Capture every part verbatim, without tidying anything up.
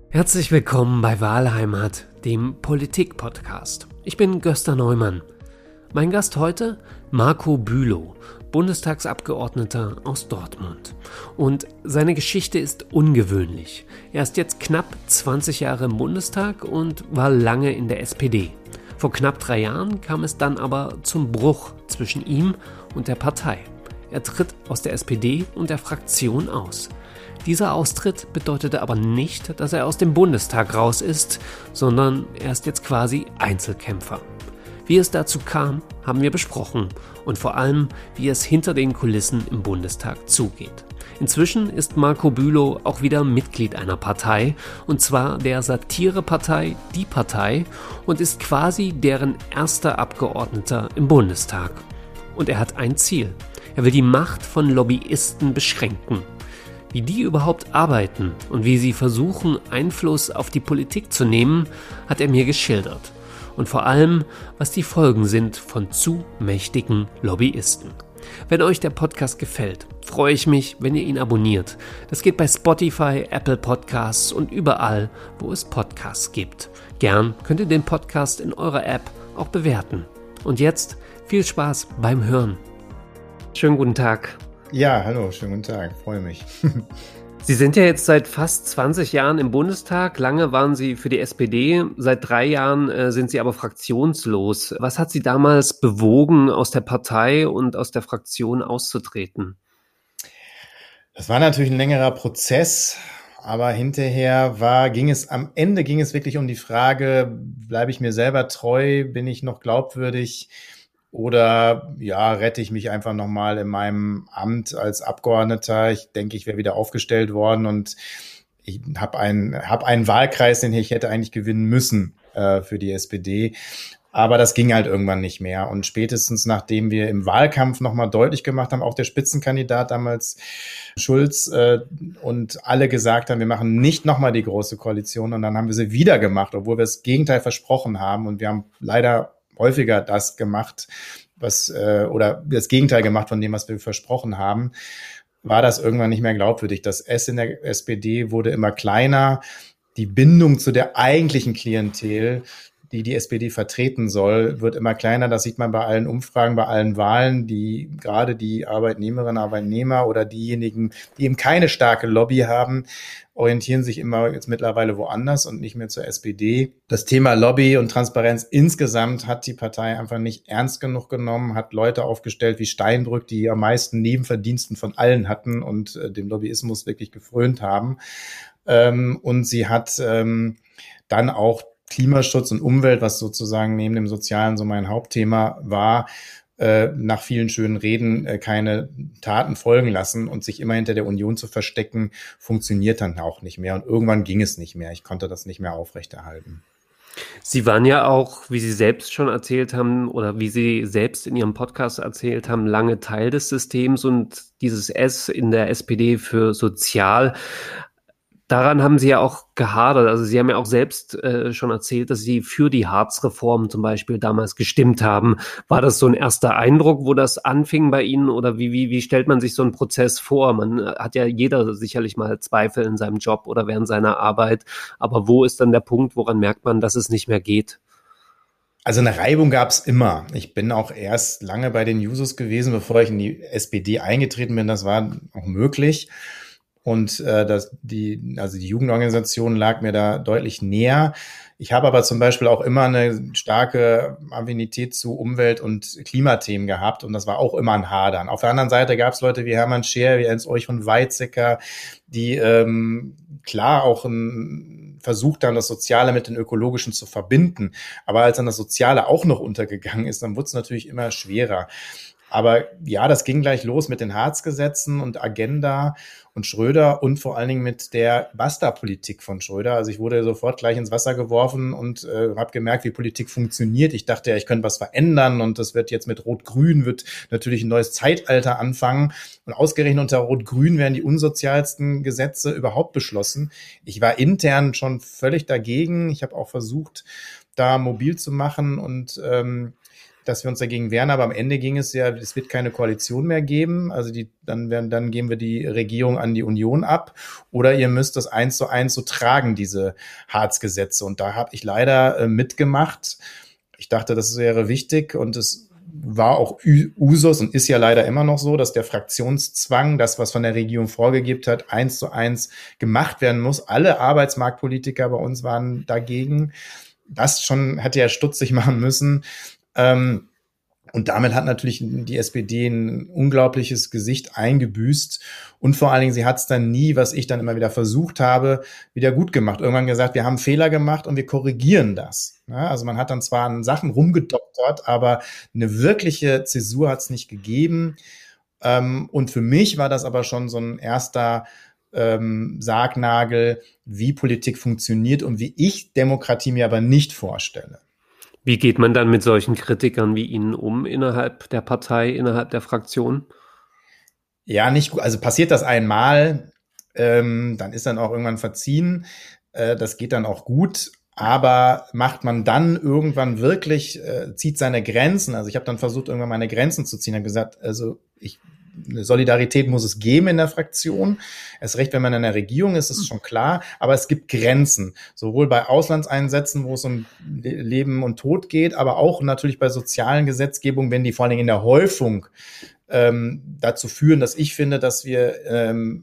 Herzlich willkommen bei Wahlheimat, dem Politik-Podcast. Ich bin Gösta Neumann. Mein Gast heute, Marco Bülow, Bundestagsabgeordneter aus Dortmund. Und seine Geschichte ist ungewöhnlich. Er ist jetzt knapp zwanzig Jahre im Bundestag und war lange in der S P D. Vor knapp drei Jahren kam es dann aber zum Bruch zwischen ihm und der Partei. Er tritt aus der S P D und der Fraktion aus. Dieser Austritt bedeutete aber nicht, dass er aus dem Bundestag raus ist, sondern er ist jetzt quasi Einzelkämpfer. Wie es dazu kam, haben wir besprochen und vor allem, wie es hinter den Kulissen im Bundestag zugeht. Inzwischen ist Marco Bülow auch wieder Mitglied einer Partei, und zwar der Satirepartei Die Partei, und ist quasi deren erster Abgeordneter im Bundestag. Und er hat ein Ziel. Er will die Macht von Lobbyisten beschränken. Wie die überhaupt arbeiten und wie sie versuchen, Einfluss auf die Politik zu nehmen, hat er mir geschildert. Und vor allem, was die Folgen sind von zu mächtigen Lobbyisten. Wenn euch der Podcast gefällt, freue ich mich, wenn ihr ihn abonniert. Das geht bei Spotify, Apple Podcasts und überall, wo es Podcasts gibt. Gern könnt ihr den Podcast in eurer App auch bewerten. Und jetzt viel Spaß beim Hören. Schönen guten Tag. Ja, hallo, schönen guten Tag, freue mich. Sie sind ja jetzt seit fast zwanzig Jahren im Bundestag. Lange waren Sie für die S P D. Seit drei Jahren äh, sind Sie aber fraktionslos. Was hat Sie damals bewogen, aus der Partei und aus der Fraktion auszutreten? Das war natürlich ein längerer Prozess, aber hinterher war, ging es, am Ende ging es wirklich um die Frage, bleibe ich mir selber treu, bin ich noch glaubwürdig? Oder ja, rette ich mich einfach nochmal in meinem Amt als Abgeordneter. Ich denke, ich wäre wieder aufgestellt worden und ich habe einen, hab einen Wahlkreis, den ich hätte eigentlich gewinnen müssen äh, für die S P D. Aber das ging halt irgendwann nicht mehr. Und spätestens nachdem wir im Wahlkampf nochmal deutlich gemacht haben, auch der Spitzenkandidat damals Schulz äh, und alle gesagt haben, wir machen nicht nochmal die große Koalition. Und dann haben wir sie wieder gemacht, obwohl wir das Gegenteil versprochen haben. Und wir haben leider häufiger das gemacht, was äh, oder das Gegenteil gemacht von dem, was wir versprochen haben, war das irgendwann nicht mehr glaubwürdig. Das S in der S P D wurde immer kleiner. Die Bindung zu der eigentlichen Klientel, die die S P D vertreten soll, wird immer kleiner. Das sieht man bei allen Umfragen, bei allen Wahlen, die gerade die Arbeitnehmerinnen, Arbeitnehmer oder diejenigen, die eben keine starke Lobby haben, orientieren sich immer jetzt mittlerweile woanders und nicht mehr zur S P D. Das Thema Lobby und Transparenz insgesamt hat die Partei einfach nicht ernst genug genommen, hat Leute aufgestellt wie Steinbrück, die am meisten Nebenverdiensten von allen hatten und äh, dem Lobbyismus wirklich gefrönt haben. Ähm, und sie hat ähm, dann auch Klimaschutz und Umwelt, was sozusagen neben dem Sozialen so mein Hauptthema war, äh, nach vielen schönen Reden äh, keine Taten folgen lassen und sich immer hinter der Union zu verstecken, funktioniert dann auch nicht mehr. Und irgendwann ging es nicht mehr. Ich konnte das nicht mehr aufrechterhalten. Sie waren ja auch, wie Sie selbst schon erzählt haben oder wie Sie selbst in Ihrem Podcast erzählt haben, lange Teil des Systems und dieses S in der S P D für sozial. Daran haben Sie ja auch gehadert. Also Sie haben ja auch selbst äh, schon erzählt, dass Sie für die Hartz-Reform zum Beispiel damals gestimmt haben. War das so ein erster Eindruck, wo das anfing bei Ihnen? Oder wie, wie, wie stellt man sich so einen Prozess vor? Man hat ja jeder sicherlich mal Zweifel in seinem Job oder während seiner Arbeit. Aber wo ist dann der Punkt, woran merkt man, dass es nicht mehr geht? Also eine Reibung gab es immer. Ich bin auch erst lange bei den Jusos gewesen, bevor ich in die S P D eingetreten bin. Das war auch möglich. Und äh, das, die, also die Jugendorganisation lag mir da deutlich näher. Ich habe aber zum Beispiel auch immer eine starke Affinität zu Umwelt- und Klimathemen gehabt und das war auch immer ein Hadern. Auf der anderen Seite gab es Leute wie Hermann Scheer, wie Ernst Euch von Weizsäcker, die ähm, klar auch ein versucht haben, das Soziale mit den Ökologischen zu verbinden. Aber als dann das Soziale auch noch untergegangen ist, dann wurde es natürlich immer schwerer. Aber ja, das ging gleich los mit den Hartz-Gesetzen und Agenda und Schröder und vor allen Dingen mit der Basta-Politik von Schröder. Also ich wurde sofort gleich ins Wasser geworfen und äh, habe gemerkt, wie Politik funktioniert. Ich dachte ja, ich könnte was verändern und das wird jetzt mit Rot-Grün wird natürlich ein neues Zeitalter anfangen. Und ausgerechnet unter Rot-Grün werden die unsozialsten Gesetze überhaupt beschlossen. Ich war intern schon völlig dagegen. Ich habe auch versucht, da mobil zu machen und ähm, dass wir uns dagegen wehren. Aber am Ende ging es ja, es wird keine Koalition mehr geben. Also die, dann werden, dann geben wir die Regierung an die Union ab. Oder ihr müsst das eins zu eins so tragen, diese Hartz-Gesetze. Und da habe ich leider äh, mitgemacht. Ich dachte, das wäre wichtig und es war auch Usus und ist ja leider immer noch so, dass der Fraktionszwang, das, was von der Regierung vorgegeben hat, eins zu eins gemacht werden muss. Alle Arbeitsmarktpolitiker bei uns waren dagegen. Das schon hätte er stutzig machen müssen. Ähm, Und damit hat natürlich die S P D ein unglaubliches Gesicht eingebüßt. Und vor allen Dingen, sie hat es dann nie, was ich dann immer wieder versucht habe, wieder gut gemacht. Irgendwann gesagt, wir haben Fehler gemacht und wir korrigieren das. Ja, also man hat dann zwar an Sachen rumgedoktert, aber eine wirkliche Zäsur hat es nicht gegeben. Und für mich war das aber schon so ein erster ähm, Sargnagel, wie Politik funktioniert und wie ich Demokratie mir aber nicht vorstelle. Wie geht man dann mit solchen Kritikern wie Ihnen um innerhalb der Partei, innerhalb der Fraktion? Ja, nicht gut. Also passiert das einmal, ähm, dann ist dann auch irgendwann verziehen. Äh, das geht dann auch gut. Aber macht man dann irgendwann wirklich, äh, zieht seine Grenzen. Also ich habe dann versucht, irgendwann meine Grenzen zu ziehen. Ich habe gesagt, also ich eine Solidarität muss es geben in der Fraktion. Erst recht, wenn man in der Regierung ist, ist es schon klar. Aber es gibt Grenzen. Sowohl bei Auslandseinsätzen, wo es um Leben und Tod geht, aber auch natürlich bei sozialen Gesetzgebungen, wenn die vor allen Dingen in der Häufung ähm, dazu führen, dass ich finde, dass wir ähm,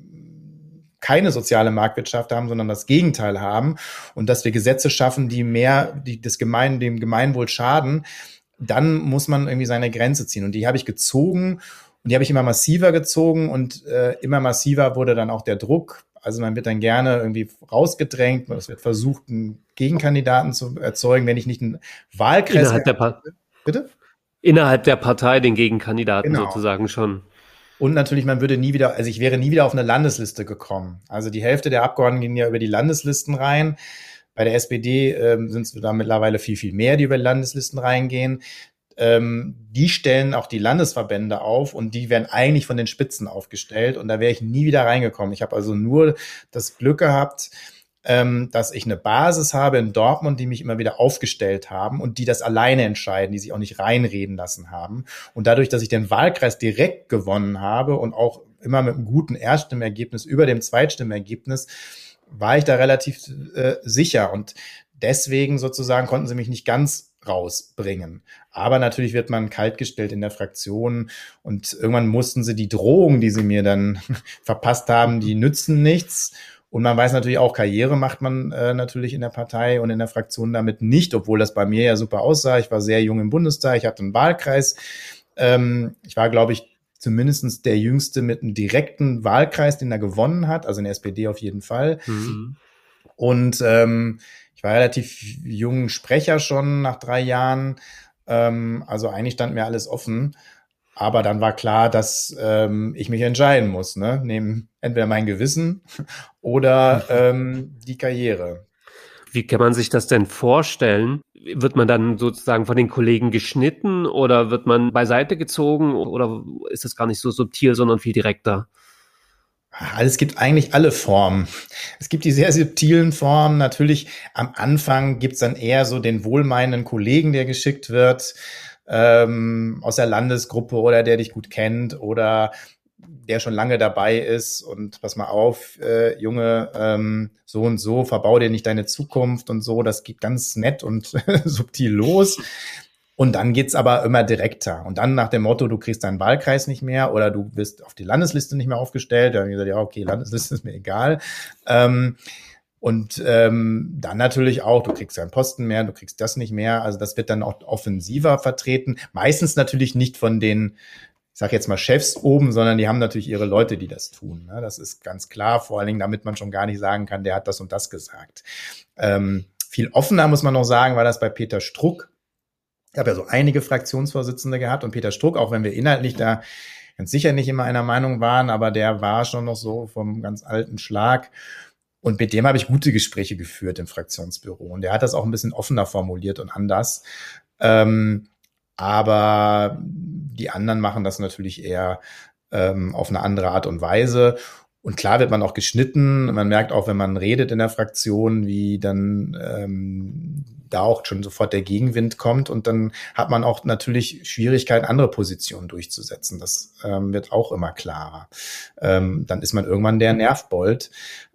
keine soziale Marktwirtschaft haben, sondern das Gegenteil haben und dass wir Gesetze schaffen, die mehr, die das Gemein, dem Gemeinwohl schaden, dann muss man irgendwie seine Grenze ziehen. Und die habe ich gezogen. Und die habe ich immer massiver gezogen und äh, immer massiver wurde dann auch der Druck. Also man wird dann gerne irgendwie rausgedrängt. Es wird versucht, einen Gegenkandidaten zu erzeugen, wenn ich nicht einen Wahlkreis... Innerhalb der, pa- Bitte? Innerhalb der Partei den Gegenkandidaten Genau. sozusagen schon. Und natürlich, man würde nie wieder, also ich wäre nie wieder auf eine Landesliste gekommen. Also die Hälfte der Abgeordneten gehen ja über die Landeslisten rein. Bei der S P D ähm, sind es da mittlerweile viel, viel mehr, die über die Landeslisten reingehen. Ähm, die stellen auch die Landesverbände auf und die werden eigentlich von den Spitzen aufgestellt und da wäre ich nie wieder reingekommen. Ich habe also nur das Glück gehabt, ähm, dass ich eine Basis habe in Dortmund, die mich immer wieder aufgestellt haben und die das alleine entscheiden, die sich auch nicht reinreden lassen haben. Und dadurch, dass ich den Wahlkreis direkt gewonnen habe und auch immer mit einem guten Erststimmergebnis über dem Zweitstimmergebnis, war ich da relativ äh, sicher und deswegen sozusagen konnten sie mich nicht ganz rausbringen. Aber natürlich wird man kaltgestellt in der Fraktion und irgendwann mussten sie die Drohungen, die sie mir dann verpasst haben, die nützen nichts. Und man weiß natürlich auch, Karriere macht man äh, natürlich in der Partei und in der Fraktion damit nicht, obwohl das bei mir ja super aussah. Ich war sehr jung im Bundestag, ich hatte einen Wahlkreis. Ähm, ich war, glaube ich, zumindest der Jüngste mit einem direkten Wahlkreis, den er gewonnen hat, also in der S P D auf jeden Fall. Mhm. Und ähm, ich war relativ jungen Sprecher schon nach drei Jahren. Ähm, also eigentlich stand mir alles offen. Aber dann war klar, dass ähm, ich mich entscheiden muss. Ne? Nehmen entweder mein Gewissen oder ähm, die Karriere. Wie kann man sich das denn vorstellen? Wird man dann sozusagen von den Kollegen geschnitten oder wird man beiseite gezogen oder ist das gar nicht so subtil, sondern viel direkter? Es gibt eigentlich alle Formen. Es gibt die sehr subtilen Formen. Natürlich am Anfang gibt's dann eher so den wohlmeinenden Kollegen, der geschickt wird, ähm, aus der Landesgruppe oder der dich gut kennt oder der schon lange dabei ist und pass mal auf, äh, Junge, ähm, so und so, verbau dir nicht deine Zukunft und so. Das geht ganz nett und subtil los. Und dann geht's aber immer direkter. Und dann nach dem Motto, du kriegst deinen Wahlkreis nicht mehr oder du wirst auf die Landesliste nicht mehr aufgestellt. Dann habe ich gesagt, ja, okay, Landesliste ist mir egal. Ähm, und ähm, dann natürlich auch, du kriegst deinen Posten mehr, du kriegst das nicht mehr. Also das wird dann auch offensiver vertreten. Meistens natürlich nicht von den, ich sage jetzt mal Chefs oben, sondern die haben natürlich ihre Leute, die das tun. Ne? Das ist ganz klar, vor allen Dingen, damit man schon gar nicht sagen kann, der hat das und das gesagt. Ähm, viel offener, muss man noch sagen, war das bei Peter Struck. Ich habe ja so einige Fraktionsvorsitzende gehabt und Peter Struck, auch wenn wir inhaltlich da ganz sicher nicht immer einer Meinung waren, aber der war schon noch so vom ganz alten Schlag. Und mit dem habe ich gute Gespräche geführt im Fraktionsbüro. Und der hat das auch ein bisschen offener formuliert und anders. Ähm, aber die anderen machen das natürlich eher ähm, auf eine andere Art und Weise. Und klar wird man auch geschnitten. Man merkt auch, wenn man redet in der Fraktion, wie dann ähm, da auch schon sofort der Gegenwind kommt und dann hat man auch natürlich Schwierigkeiten, andere Positionen durchzusetzen. Das ähm, wird auch immer klarer. Ähm, dann ist man irgendwann der Nervbold.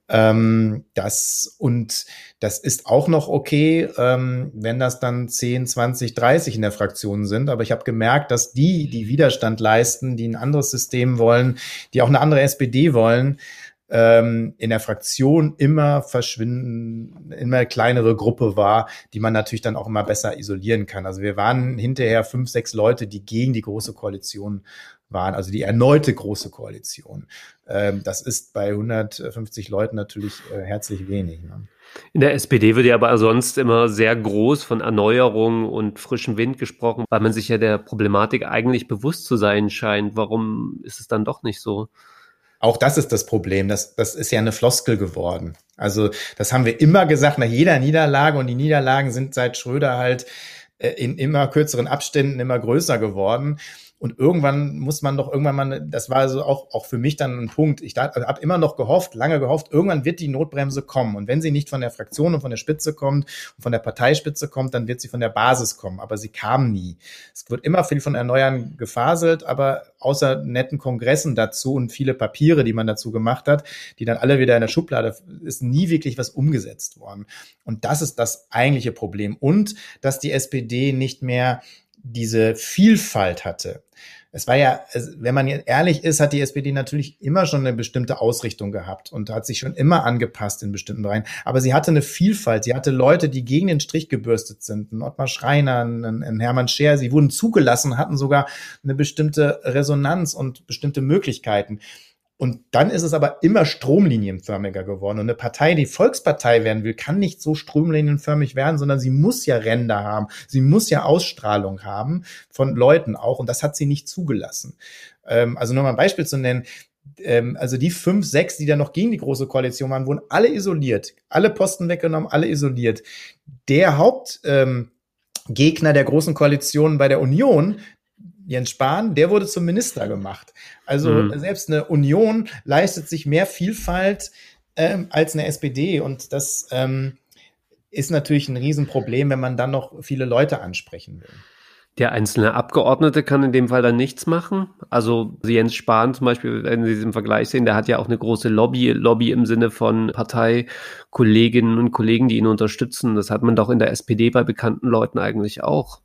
Ähm, das und das ist auch noch okay, ähm, wenn das dann zehn, zwanzig, dreißig in der Fraktion sind. Aber ich habe gemerkt, dass die, die Widerstand leisten, die ein anderes System wollen, die auch eine andere S P D wollen, ähm, in der Fraktion immer verschwinden, immer kleinere Gruppe war, die man natürlich dann auch immer besser isolieren kann. Also wir waren hinterher fünf, sechs Leute, die gegen die Große Koalition waren, also die erneute Große Koalition. Ähm, das ist bei hundertfünfzig Leuten natürlich äh, herzlich wenig. Ne? In der S P D wird ja aber sonst immer sehr groß von Erneuerung und frischem Wind gesprochen, weil man sich ja der Problematik eigentlich bewusst zu sein scheint. Warum ist es dann doch nicht so? Auch das ist das Problem. Das, das ist ja eine Floskel geworden. Also das haben wir immer gesagt nach jeder Niederlage und die Niederlagen sind seit Schröder halt äh, in immer kürzeren Abständen immer größer geworden. Und irgendwann muss man doch irgendwann mal, das war also auch, auch für mich dann ein Punkt. Ich habe immer noch gehofft, lange gehofft, irgendwann wird die Notbremse kommen. Und wenn sie nicht von der Fraktion und von der Spitze kommt und von der Parteispitze kommt, dann wird sie von der Basis kommen. Aber sie kam nie. Es wird immer viel von Erneuern gefaselt, aber außer netten Kongressen dazu und viele Papiere, die man dazu gemacht hat, die dann alle wieder in der Schublade, ist nie wirklich was umgesetzt worden. Und das ist das eigentliche Problem. Und dass die S P D nicht mehr diese Vielfalt hatte. Es war ja, wenn man ehrlich ist, hat die S P D natürlich immer schon eine bestimmte Ausrichtung gehabt und hat sich schon immer angepasst in bestimmten Bereichen. Aber sie hatte eine Vielfalt. Sie hatte Leute, die gegen den Strich gebürstet sind. Ein Ottmar Schreiner, ein, ein Hermann Scher. Sie wurden zugelassen, hatten sogar eine bestimmte Resonanz und bestimmte Möglichkeiten. Und dann ist es aber immer stromlinienförmiger geworden. Und eine Partei, die Volkspartei werden will, kann nicht so stromlinienförmig werden, sondern sie muss ja Ränder haben. Sie muss ja Ausstrahlung haben von Leuten auch. Und das hat sie nicht zugelassen. Ähm, also nur mal ein Beispiel zu nennen. Ähm, also die fünf, sechs, die da noch gegen die Große Koalition waren, wurden alle isoliert. Alle Posten weggenommen, alle isoliert. Der Hauptgegner ähm, der Großen Koalition bei der Union, Jens Spahn, der wurde zum Minister gemacht. Also mhm. selbst eine Union leistet sich mehr Vielfalt ähm, als eine S P D. Und das ähm, ist natürlich ein Riesenproblem, wenn man dann noch viele Leute ansprechen will. Der einzelne Abgeordnete kann in dem Fall dann nichts machen. Also Jens Spahn zum Beispiel, wenn Sie es im Vergleich sehen, der hat ja auch eine große Lobby, Lobby im Sinne von Parteikolleginnen und Kollegen, die ihn unterstützen. Das hat man doch in der S P D bei bekannten Leuten eigentlich auch.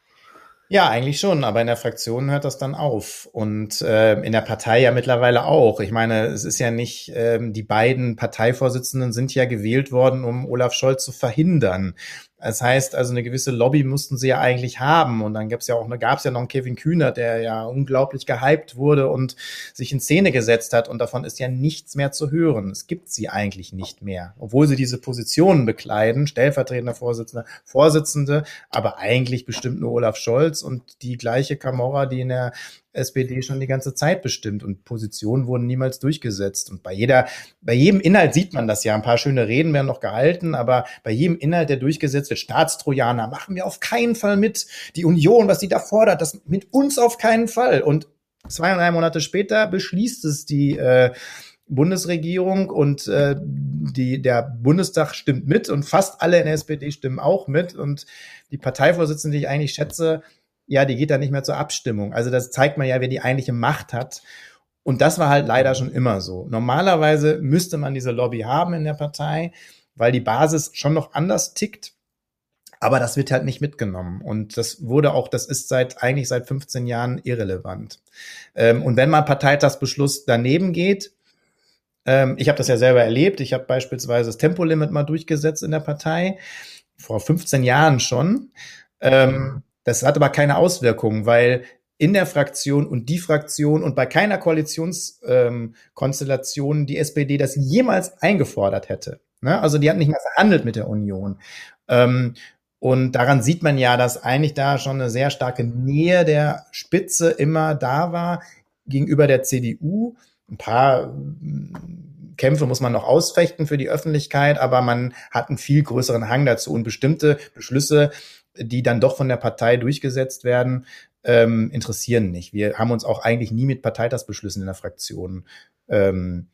Ja, eigentlich schon, aber in der Fraktion hört das dann auf und äh, in der Partei ja mittlerweile auch. Ich meine, es ist ja nicht, ähm, die beiden Parteivorsitzenden sind ja gewählt worden, um Olaf Scholz zu verhindern. Das heißt, also eine gewisse Lobby mussten sie ja eigentlich haben. Und dann gab's ja auch, gab es ja noch einen Kevin Kühnert, der ja unglaublich gehypt wurde und sich in Szene gesetzt hat. Und davon ist ja nichts mehr zu hören. Es gibt sie eigentlich nicht mehr, obwohl sie diese Positionen bekleiden, stellvertretender Vorsitzender, Vorsitzende, aber eigentlich bestimmt nur Olaf Scholz und die gleiche Camorra, die in der S P D schon die ganze Zeit bestimmt und Positionen wurden niemals durchgesetzt. Und bei jeder, bei jedem Inhalt sieht man das ja. Ein paar schöne Reden werden noch gehalten, aber bei jedem Inhalt, der durchgesetzt wird, Staatstrojaner, machen wir auf keinen Fall mit. Die Union, was sie da fordert, das mit uns auf keinen Fall. Und zwei und drei Monate später beschließt es die äh, Bundesregierung und äh, die, der Bundestag stimmt mit und fast alle in der S P D stimmen auch mit. Und die Parteivorsitzende, die ich eigentlich schätze, ja, die geht dann nicht mehr zur Abstimmung. Also das zeigt man ja, wer die eigentliche Macht hat. Und das war halt leider schon immer so. Normalerweise müsste man diese Lobby haben in der Partei, weil die Basis schon noch anders tickt. Aber das wird halt nicht mitgenommen. Und das wurde auch, das ist seit eigentlich seit fünfzehn Jahren irrelevant. Ähm, und wenn mal Parteitagsbeschluss daneben geht, ähm, ich habe das ja selber erlebt, ich habe beispielsweise das Tempolimit mal durchgesetzt in der Partei, vor fünfzehn Jahren schon. Ähm, Das hat aber keine Auswirkungen, weil in der Fraktion und die Fraktion und bei keiner Koalitionskonstellation ähm, die S P D das jemals eingefordert hätte. Ne? Also die hat nicht mehr verhandelt mit der Union. Ähm, und daran sieht man ja, dass eigentlich da schon eine sehr starke Nähe der Spitze immer da war gegenüber der C D U. Ein paar Kämpfe muss man noch ausfechten für die Öffentlichkeit, aber man hat einen viel größeren Hang dazu und bestimmte Beschlüsse, die dann doch von der Partei durchgesetzt werden, ähm, interessieren nicht. Wir haben uns auch eigentlich nie mit Parteitagsbeschlüssen in der Fraktion ähm,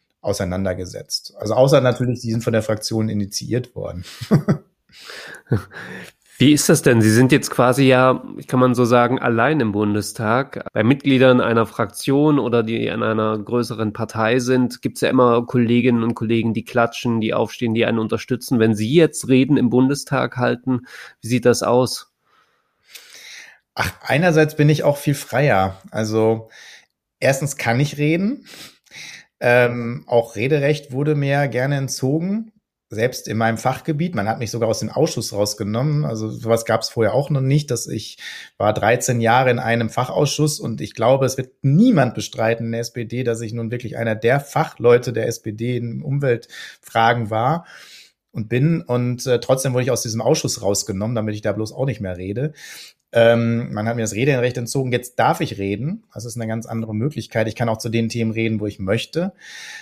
auseinandergesetzt. Also außer natürlich, die sind von der Fraktion initiiert worden. Wie ist das denn? Sie sind jetzt quasi ja, kann man so sagen, allein im Bundestag. Bei Mitgliedern einer Fraktion oder die in einer größeren Partei sind, gibt es ja immer Kolleginnen und Kollegen, die klatschen, die aufstehen, die einen unterstützen. Wenn Sie jetzt Reden im Bundestag halten, wie sieht das aus? Ach, einerseits bin ich auch viel freier. Also erstens kann ich reden. Ähm, auch Rederecht wurde mir gerne entzogen. Selbst in meinem Fachgebiet, man hat mich sogar aus dem Ausschuss rausgenommen, also sowas gab es vorher auch noch nicht, dass ich war dreizehn Jahre in einem Fachausschuss und ich glaube, es wird niemand bestreiten in der S P D, dass ich nun wirklich einer der Fachleute der S P D in Umweltfragen war und bin und äh, trotzdem wurde ich aus diesem Ausschuss rausgenommen, damit ich da bloß auch nicht mehr rede. Ähm, man hat mir das Rederecht entzogen, jetzt darf ich reden, das ist eine ganz andere Möglichkeit, ich kann auch zu den Themen reden, wo ich möchte.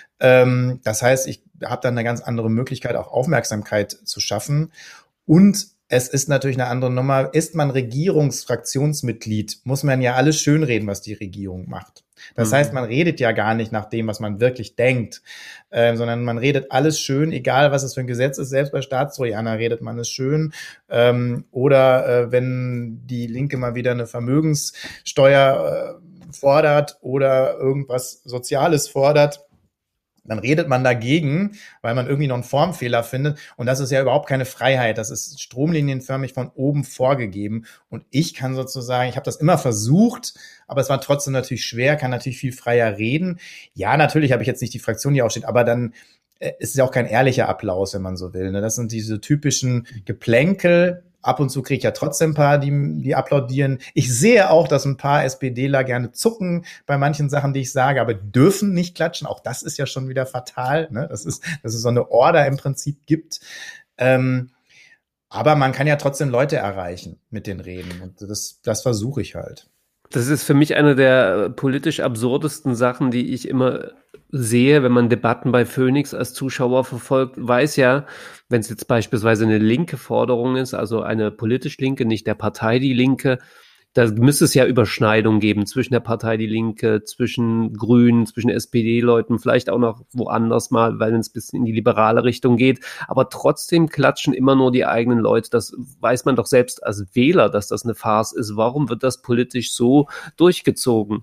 Ähm, das heißt, ich habe dann eine ganz andere Möglichkeit, auch Aufmerksamkeit zu schaffen. Und es ist natürlich eine andere Nummer. Ist man Regierungsfraktionsmitglied, muss man ja alles schönreden, was die Regierung macht. Das mhm. heißt, man redet ja gar nicht nach dem, was man wirklich denkt, äh, sondern man redet alles schön, egal was es für ein Gesetz ist. Selbst bei Staatstrojaner redet man es schön. Ähm, oder äh, wenn die Linke mal wieder eine Vermögenssteuer äh, fordert oder irgendwas Soziales fordert, dann redet man dagegen, weil man irgendwie noch einen Formfehler findet. Und das ist ja überhaupt keine Freiheit. Das ist stromlinienförmig von oben vorgegeben. Und ich kann sozusagen, ich habe das immer versucht, aber es war trotzdem natürlich schwer, kann natürlich viel freier reden. Ja, natürlich habe ich jetzt nicht die Fraktion, die aufsteht, aber dann äh, ist es ja auch kein ehrlicher Applaus, wenn man so will. Ne? Das sind diese typischen Geplänkel. Ab und zu kriege ich ja trotzdem ein paar, die, die applaudieren. Ich sehe auch, dass ein paar SPDler gerne zucken bei manchen Sachen, die ich sage, aber dürfen nicht klatschen. Auch das ist ja schon wieder fatal, ne? Das ist, dass es so eine Order im Prinzip gibt. Ähm, aber man kann ja trotzdem Leute erreichen mit den Reden. Und das, das versuche ich halt. Das ist für mich eine der politisch absurdesten Sachen, die ich immer sehe, wenn man Debatten bei Phoenix als Zuschauer verfolgt, weiß ja, wenn es jetzt beispielsweise eine linke Forderung ist, also eine politisch Linke, nicht der Partei Die Linke, da müsste es ja Überschneidungen geben zwischen der Partei Die Linke, zwischen Grünen, zwischen S P D-Leuten, vielleicht auch noch woanders mal, weil es ein bisschen in die liberale Richtung geht. Aber trotzdem klatschen immer nur die eigenen Leute. Das weiß man doch selbst als Wähler, dass das eine Farce ist. Warum wird das politisch so durchgezogen?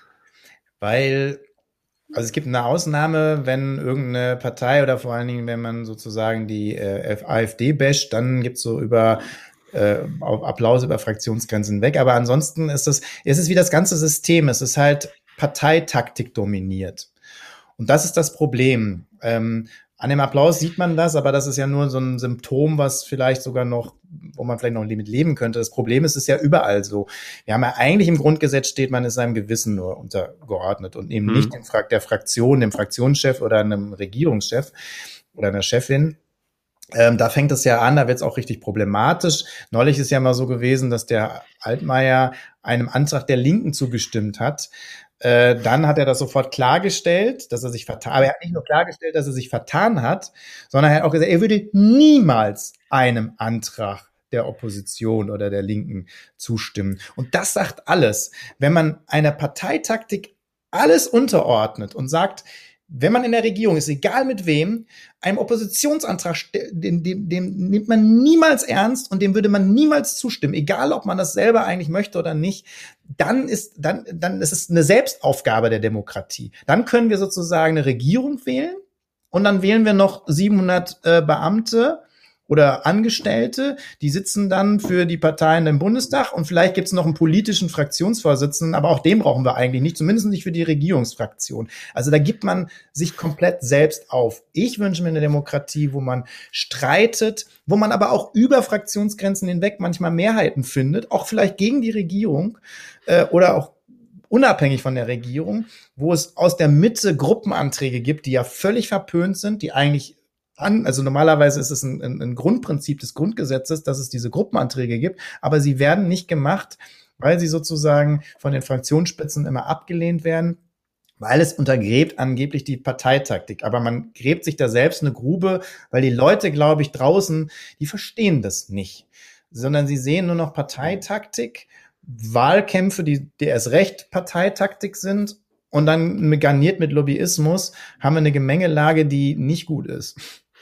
Weil Also es gibt eine Ausnahme, wenn irgendeine Partei oder vor allen Dingen, wenn man sozusagen die äh, AfD basht, dann gibt's so über äh, Applaus über Fraktionsgrenzen weg. Aber ansonsten ist es, es ist wie das ganze System. Es ist halt Parteitaktik dominiert. Und das ist das Problem. Ähm, An dem Applaus sieht man das, aber das ist ja nur so ein Symptom, was vielleicht sogar noch, wo man vielleicht noch mit leben könnte. Das Problem ist, es ist ja überall so. Wir haben ja eigentlich im Grundgesetz steht, man ist seinem Gewissen nur untergeordnet und eben hm. nicht dem Fra- der Fraktion, dem Fraktionschef oder einem Regierungschef oder einer Chefin. Ähm, da fängt es ja an, da wird es auch richtig problematisch. Neulich ist ja mal so gewesen, dass der Altmaier einem Antrag der Linken zugestimmt hat. Äh, dann hat er das sofort klargestellt, dass er sich vertan, aber er hat nicht nur klargestellt, dass er sich vertan hat, sondern er hat auch gesagt, er würde niemals einem Antrag der Opposition oder der Linken zustimmen. Und das sagt alles. Wenn man einer Parteitaktik alles unterordnet und sagt, wenn man in der Regierung ist, egal mit wem, einem Oppositionsantrag, den, den, den nimmt man niemals ernst und dem würde man niemals zustimmen, egal ob man das selber eigentlich möchte oder nicht, dann ist, dann, dann ist es eine Selbstaufgabe der Demokratie. Dann können wir sozusagen eine Regierung wählen und dann wählen wir noch siebenhundert äh, Beamte oder Angestellte, die sitzen dann für die Parteien im Bundestag und vielleicht gibt es noch einen politischen Fraktionsvorsitzenden, aber auch den brauchen wir eigentlich nicht, zumindest nicht für die Regierungsfraktion. Also da gibt man sich komplett selbst auf. Ich wünsche mir eine Demokratie, wo man streitet, wo man aber auch über Fraktionsgrenzen hinweg manchmal Mehrheiten findet, auch vielleicht gegen die Regierung äh, oder auch unabhängig von der Regierung, wo es aus der Mitte Gruppenanträge gibt, die ja völlig verpönt sind, die eigentlich an, also normalerweise ist es ein, ein, ein Grundprinzip des Grundgesetzes, dass es diese Gruppenanträge gibt, aber sie werden nicht gemacht, weil sie sozusagen von den Fraktionsspitzen immer abgelehnt werden, weil es untergräbt angeblich die Parteitaktik. Aber man gräbt sich da selbst eine Grube, weil die Leute, glaube ich, draußen, die verstehen das nicht, sondern sie sehen nur noch Parteitaktik, Wahlkämpfe, die, die erst recht Parteitaktik sind. Und dann garniert mit Lobbyismus haben wir eine Gemengelage, die nicht gut ist.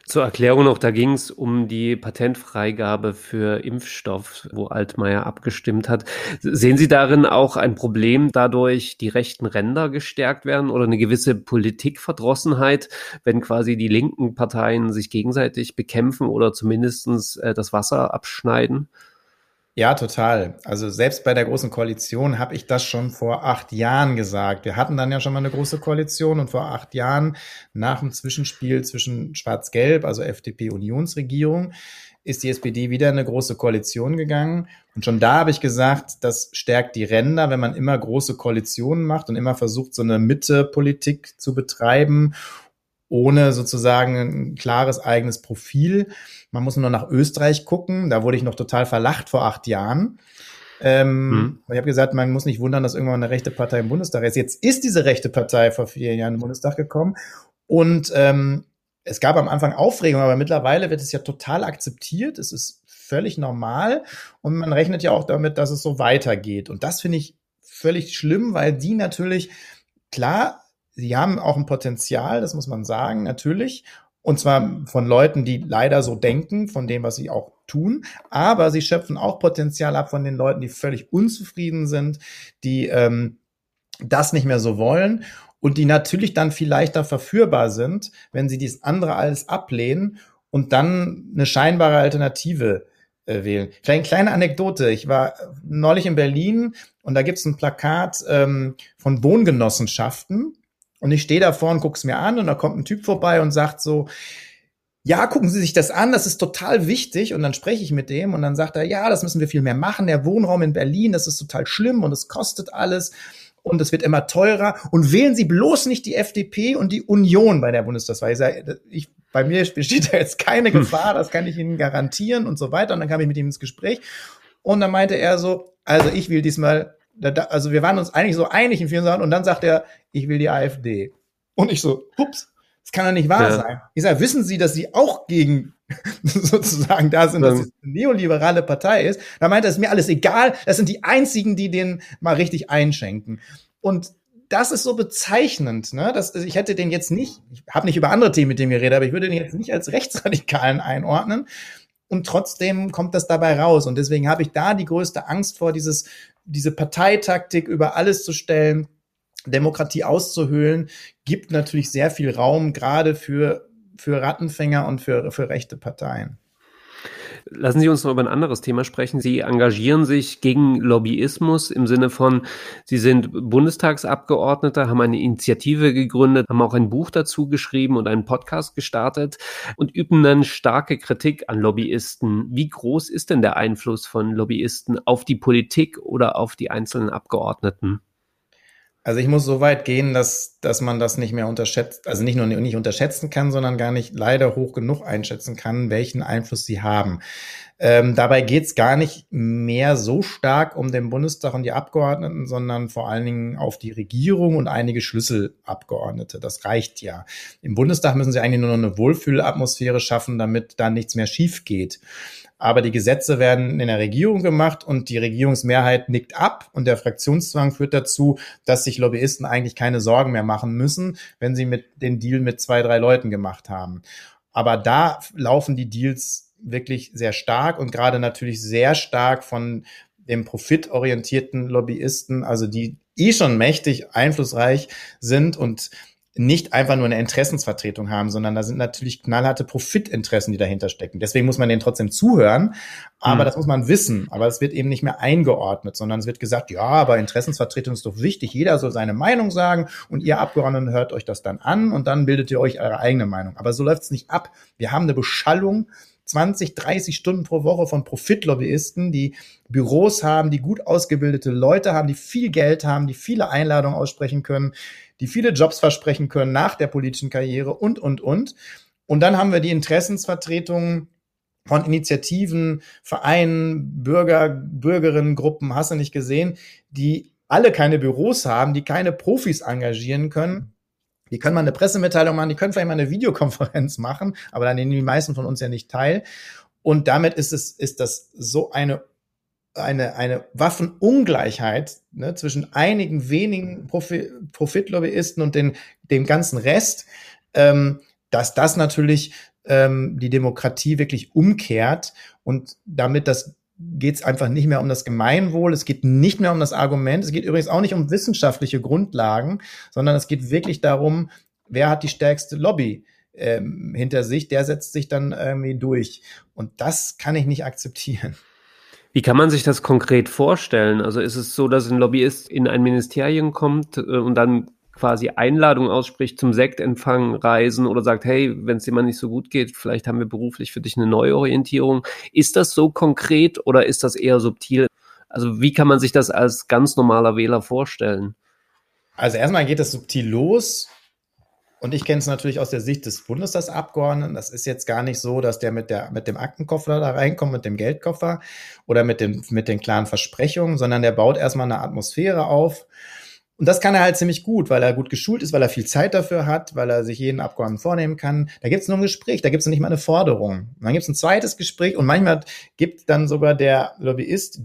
Zur Erklärung noch, da ging es um die Patentfreigabe für Impfstoff, wo Altmaier abgestimmt hat. Sehen Sie darin auch ein Problem, dadurch die rechten Ränder gestärkt werden oder eine gewisse Politikverdrossenheit, wenn quasi die linken Parteien sich gegenseitig bekämpfen oder zumindest äh, das Wasser abschneiden? Ja, total. Also selbst bei der Großen Koalition habe ich das schon vor acht Jahren gesagt. Wir hatten dann ja schon mal eine Große Koalition und vor acht Jahren nach dem Zwischenspiel zwischen Schwarz-Gelb, also F D P-Unionsregierung, ist die S P D wieder in eine Große Koalition gegangen. Und schon da habe ich gesagt, das stärkt die Ränder, wenn man immer große Koalitionen macht und immer versucht, so eine Mitte-Politik zu betreiben, ohne sozusagen ein klares eigenes Profil. Man muss nur nach Österreich gucken. Da wurde ich noch total verlacht vor acht Jahren. Ähm, hm. Ich habe gesagt, man muss nicht wundern, dass irgendwann eine rechte Partei im Bundestag ist. Jetzt ist diese rechte Partei vor vier Jahren im Bundestag gekommen. Und ähm, es gab am Anfang Aufregung, aber mittlerweile wird es ja total akzeptiert. Es ist völlig normal. Und man rechnet ja auch damit, dass es so weitergeht. Und das finde ich völlig schlimm, weil die natürlich, klar, sie haben auch ein Potenzial, das muss man sagen, natürlich. Und zwar von Leuten, die leider so denken, von dem, was sie auch tun. Aber sie schöpfen auch Potenzial ab von den Leuten, die völlig unzufrieden sind, die ähm, das nicht mehr so wollen und die natürlich dann viel leichter verführbar sind, wenn sie dies andere alles ablehnen und dann eine scheinbare Alternative äh, wählen. Vielleicht eine kleine Anekdote. Ich war neulich in Berlin und da gibt's ein Plakat ähm, von Wohngenossenschaften. Und ich stehe davor und guck's mir an und da kommt ein Typ vorbei und sagt so, ja, gucken Sie sich das an, das ist total wichtig. Und dann spreche ich mit dem und dann sagt er, ja, das müssen wir viel mehr machen. Der Wohnraum in Berlin, das ist total schlimm und es kostet alles und es wird immer teurer. Und wählen Sie bloß nicht die F D P und die Union bei der Bundestagswahl. Ich sage, ich, bei mir besteht da jetzt keine Gefahr, das kann ich Ihnen garantieren und so weiter. Und dann kam ich mit ihm ins Gespräch und dann meinte er so, also ich will diesmal, also wir waren uns eigentlich so einig in vielen Sachen und dann sagt er, ich will die AfD. Und ich so, ups, das kann doch nicht wahr ja. sein. Ich sage, wissen Sie, dass Sie auch gegen sozusagen da sind, dass es eine neoliberale Partei ist? Da meint er, ist mir alles egal, das sind die einzigen, die den mal richtig einschenken. Und das ist so bezeichnend, ne? Das, ich hätte den jetzt nicht, ich habe nicht über andere Themen mit dem geredet, aber ich würde den jetzt nicht als Rechtsradikalen einordnen. Und trotzdem kommt das dabei raus. Und deswegen habe ich da die größte Angst vor, dieses diese Parteitaktik über alles zu stellen, Demokratie auszuhöhlen, gibt natürlich sehr viel Raum, gerade für, für Rattenfänger und für, für rechte Parteien. Lassen Sie uns noch über ein anderes Thema sprechen. Sie engagieren sich gegen Lobbyismus im Sinne von, Sie sind Bundestagsabgeordneter, haben eine Initiative gegründet, haben auch ein Buch dazu geschrieben und einen Podcast gestartet und üben dann starke Kritik an Lobbyisten. Wie groß ist denn der Einfluss von Lobbyisten auf die Politik oder auf die einzelnen Abgeordneten? Also ich muss so weit gehen, dass dass man das nicht mehr unterschätzt, also nicht nur nicht unterschätzen kann, sondern gar nicht leider hoch genug einschätzen kann, welchen Einfluss sie haben. Ähm, dabei geht's gar nicht mehr so stark um den Bundestag und die Abgeordneten, sondern vor allen Dingen auf die Regierung und einige Schlüsselabgeordnete. Das reicht ja. Im Bundestag müssen sie eigentlich nur noch eine Wohlfühlatmosphäre schaffen, damit da nichts mehr schief geht. Aber die Gesetze werden in der Regierung gemacht und die Regierungsmehrheit nickt ab und der Fraktionszwang führt dazu, dass sich Lobbyisten eigentlich keine Sorgen mehr machen müssen, wenn sie mit den Deal mit zwei, drei Leuten gemacht haben. Aber da laufen die Deals wirklich sehr stark und gerade natürlich sehr stark von dem profitorientierten Lobbyisten, also die eh schon mächtig einflussreich sind und nicht einfach nur eine Interessensvertretung haben, sondern da sind natürlich knallharte Profitinteressen, die dahinter stecken. Deswegen muss man denen trotzdem zuhören, aber mhm. das muss man wissen. Aber es wird eben nicht mehr eingeordnet, sondern es wird gesagt, ja, aber Interessensvertretung ist doch wichtig. Jeder soll seine Meinung sagen und ihr Abgeordneten hört euch das dann an und dann bildet ihr euch eure eigene Meinung. Aber so läuft es nicht ab. Wir haben eine Beschallung zwanzig, dreißig Stunden pro Woche von Profitlobbyisten, die Büros haben, die gut ausgebildete Leute haben, die viel Geld haben, die viele Einladungen aussprechen können, die viele Jobs versprechen können nach der politischen Karriere und, und, und. Und dann haben wir die Interessensvertretungen von Initiativen, Vereinen, Bürger, Bürgerinnengruppen, hast du nicht gesehen, die alle keine Büros haben, die keine Profis engagieren können. Die können mal eine Pressemitteilung machen, die können vielleicht mal eine Videokonferenz machen, aber da nehmen die meisten von uns ja nicht teil. Und damit ist es, ist das so eine eine eine Waffenungleichheit, ne, zwischen einigen wenigen Profi- Profitlobbyisten und den dem ganzen Rest, ähm, dass das natürlich ähm, die Demokratie wirklich umkehrt und damit das geht es einfach nicht mehr um das Gemeinwohl, es geht nicht mehr um das Argument, es geht übrigens auch nicht um wissenschaftliche Grundlagen, sondern es geht wirklich darum, wer hat die stärkste Lobby ähm, hinter sich, der setzt sich dann irgendwie durch. Und das kann ich nicht akzeptieren. Wie kann man sich das konkret vorstellen? Also ist es so, dass ein Lobbyist in ein Ministerium kommt äh, und dann quasi Einladung ausspricht zum Sektempfang, Reisen oder sagt, hey, wenn es dir mal nicht so gut geht, vielleicht haben wir beruflich für dich eine Neuorientierung. Ist das so konkret oder ist das eher subtil? Also wie kann man sich das als ganz normaler Wähler vorstellen? Also erstmal geht es subtil los. Und ich kenne es natürlich aus der Sicht des Bundestagsabgeordneten. Das ist jetzt gar nicht so, dass der mit der mit dem Aktenkoffer da reinkommt, mit dem Geldkoffer oder mit den, mit den klaren Versprechungen, sondern der baut erstmal eine Atmosphäre auf. Und das kann er halt ziemlich gut, weil er gut geschult ist, weil er viel Zeit dafür hat, weil er sich jeden Abgeordneten vornehmen kann. Da gibt es nur ein Gespräch, da gibt es nicht mal eine Forderung. Und dann gibt es ein zweites Gespräch und manchmal gibt dann sogar der Lobbyist,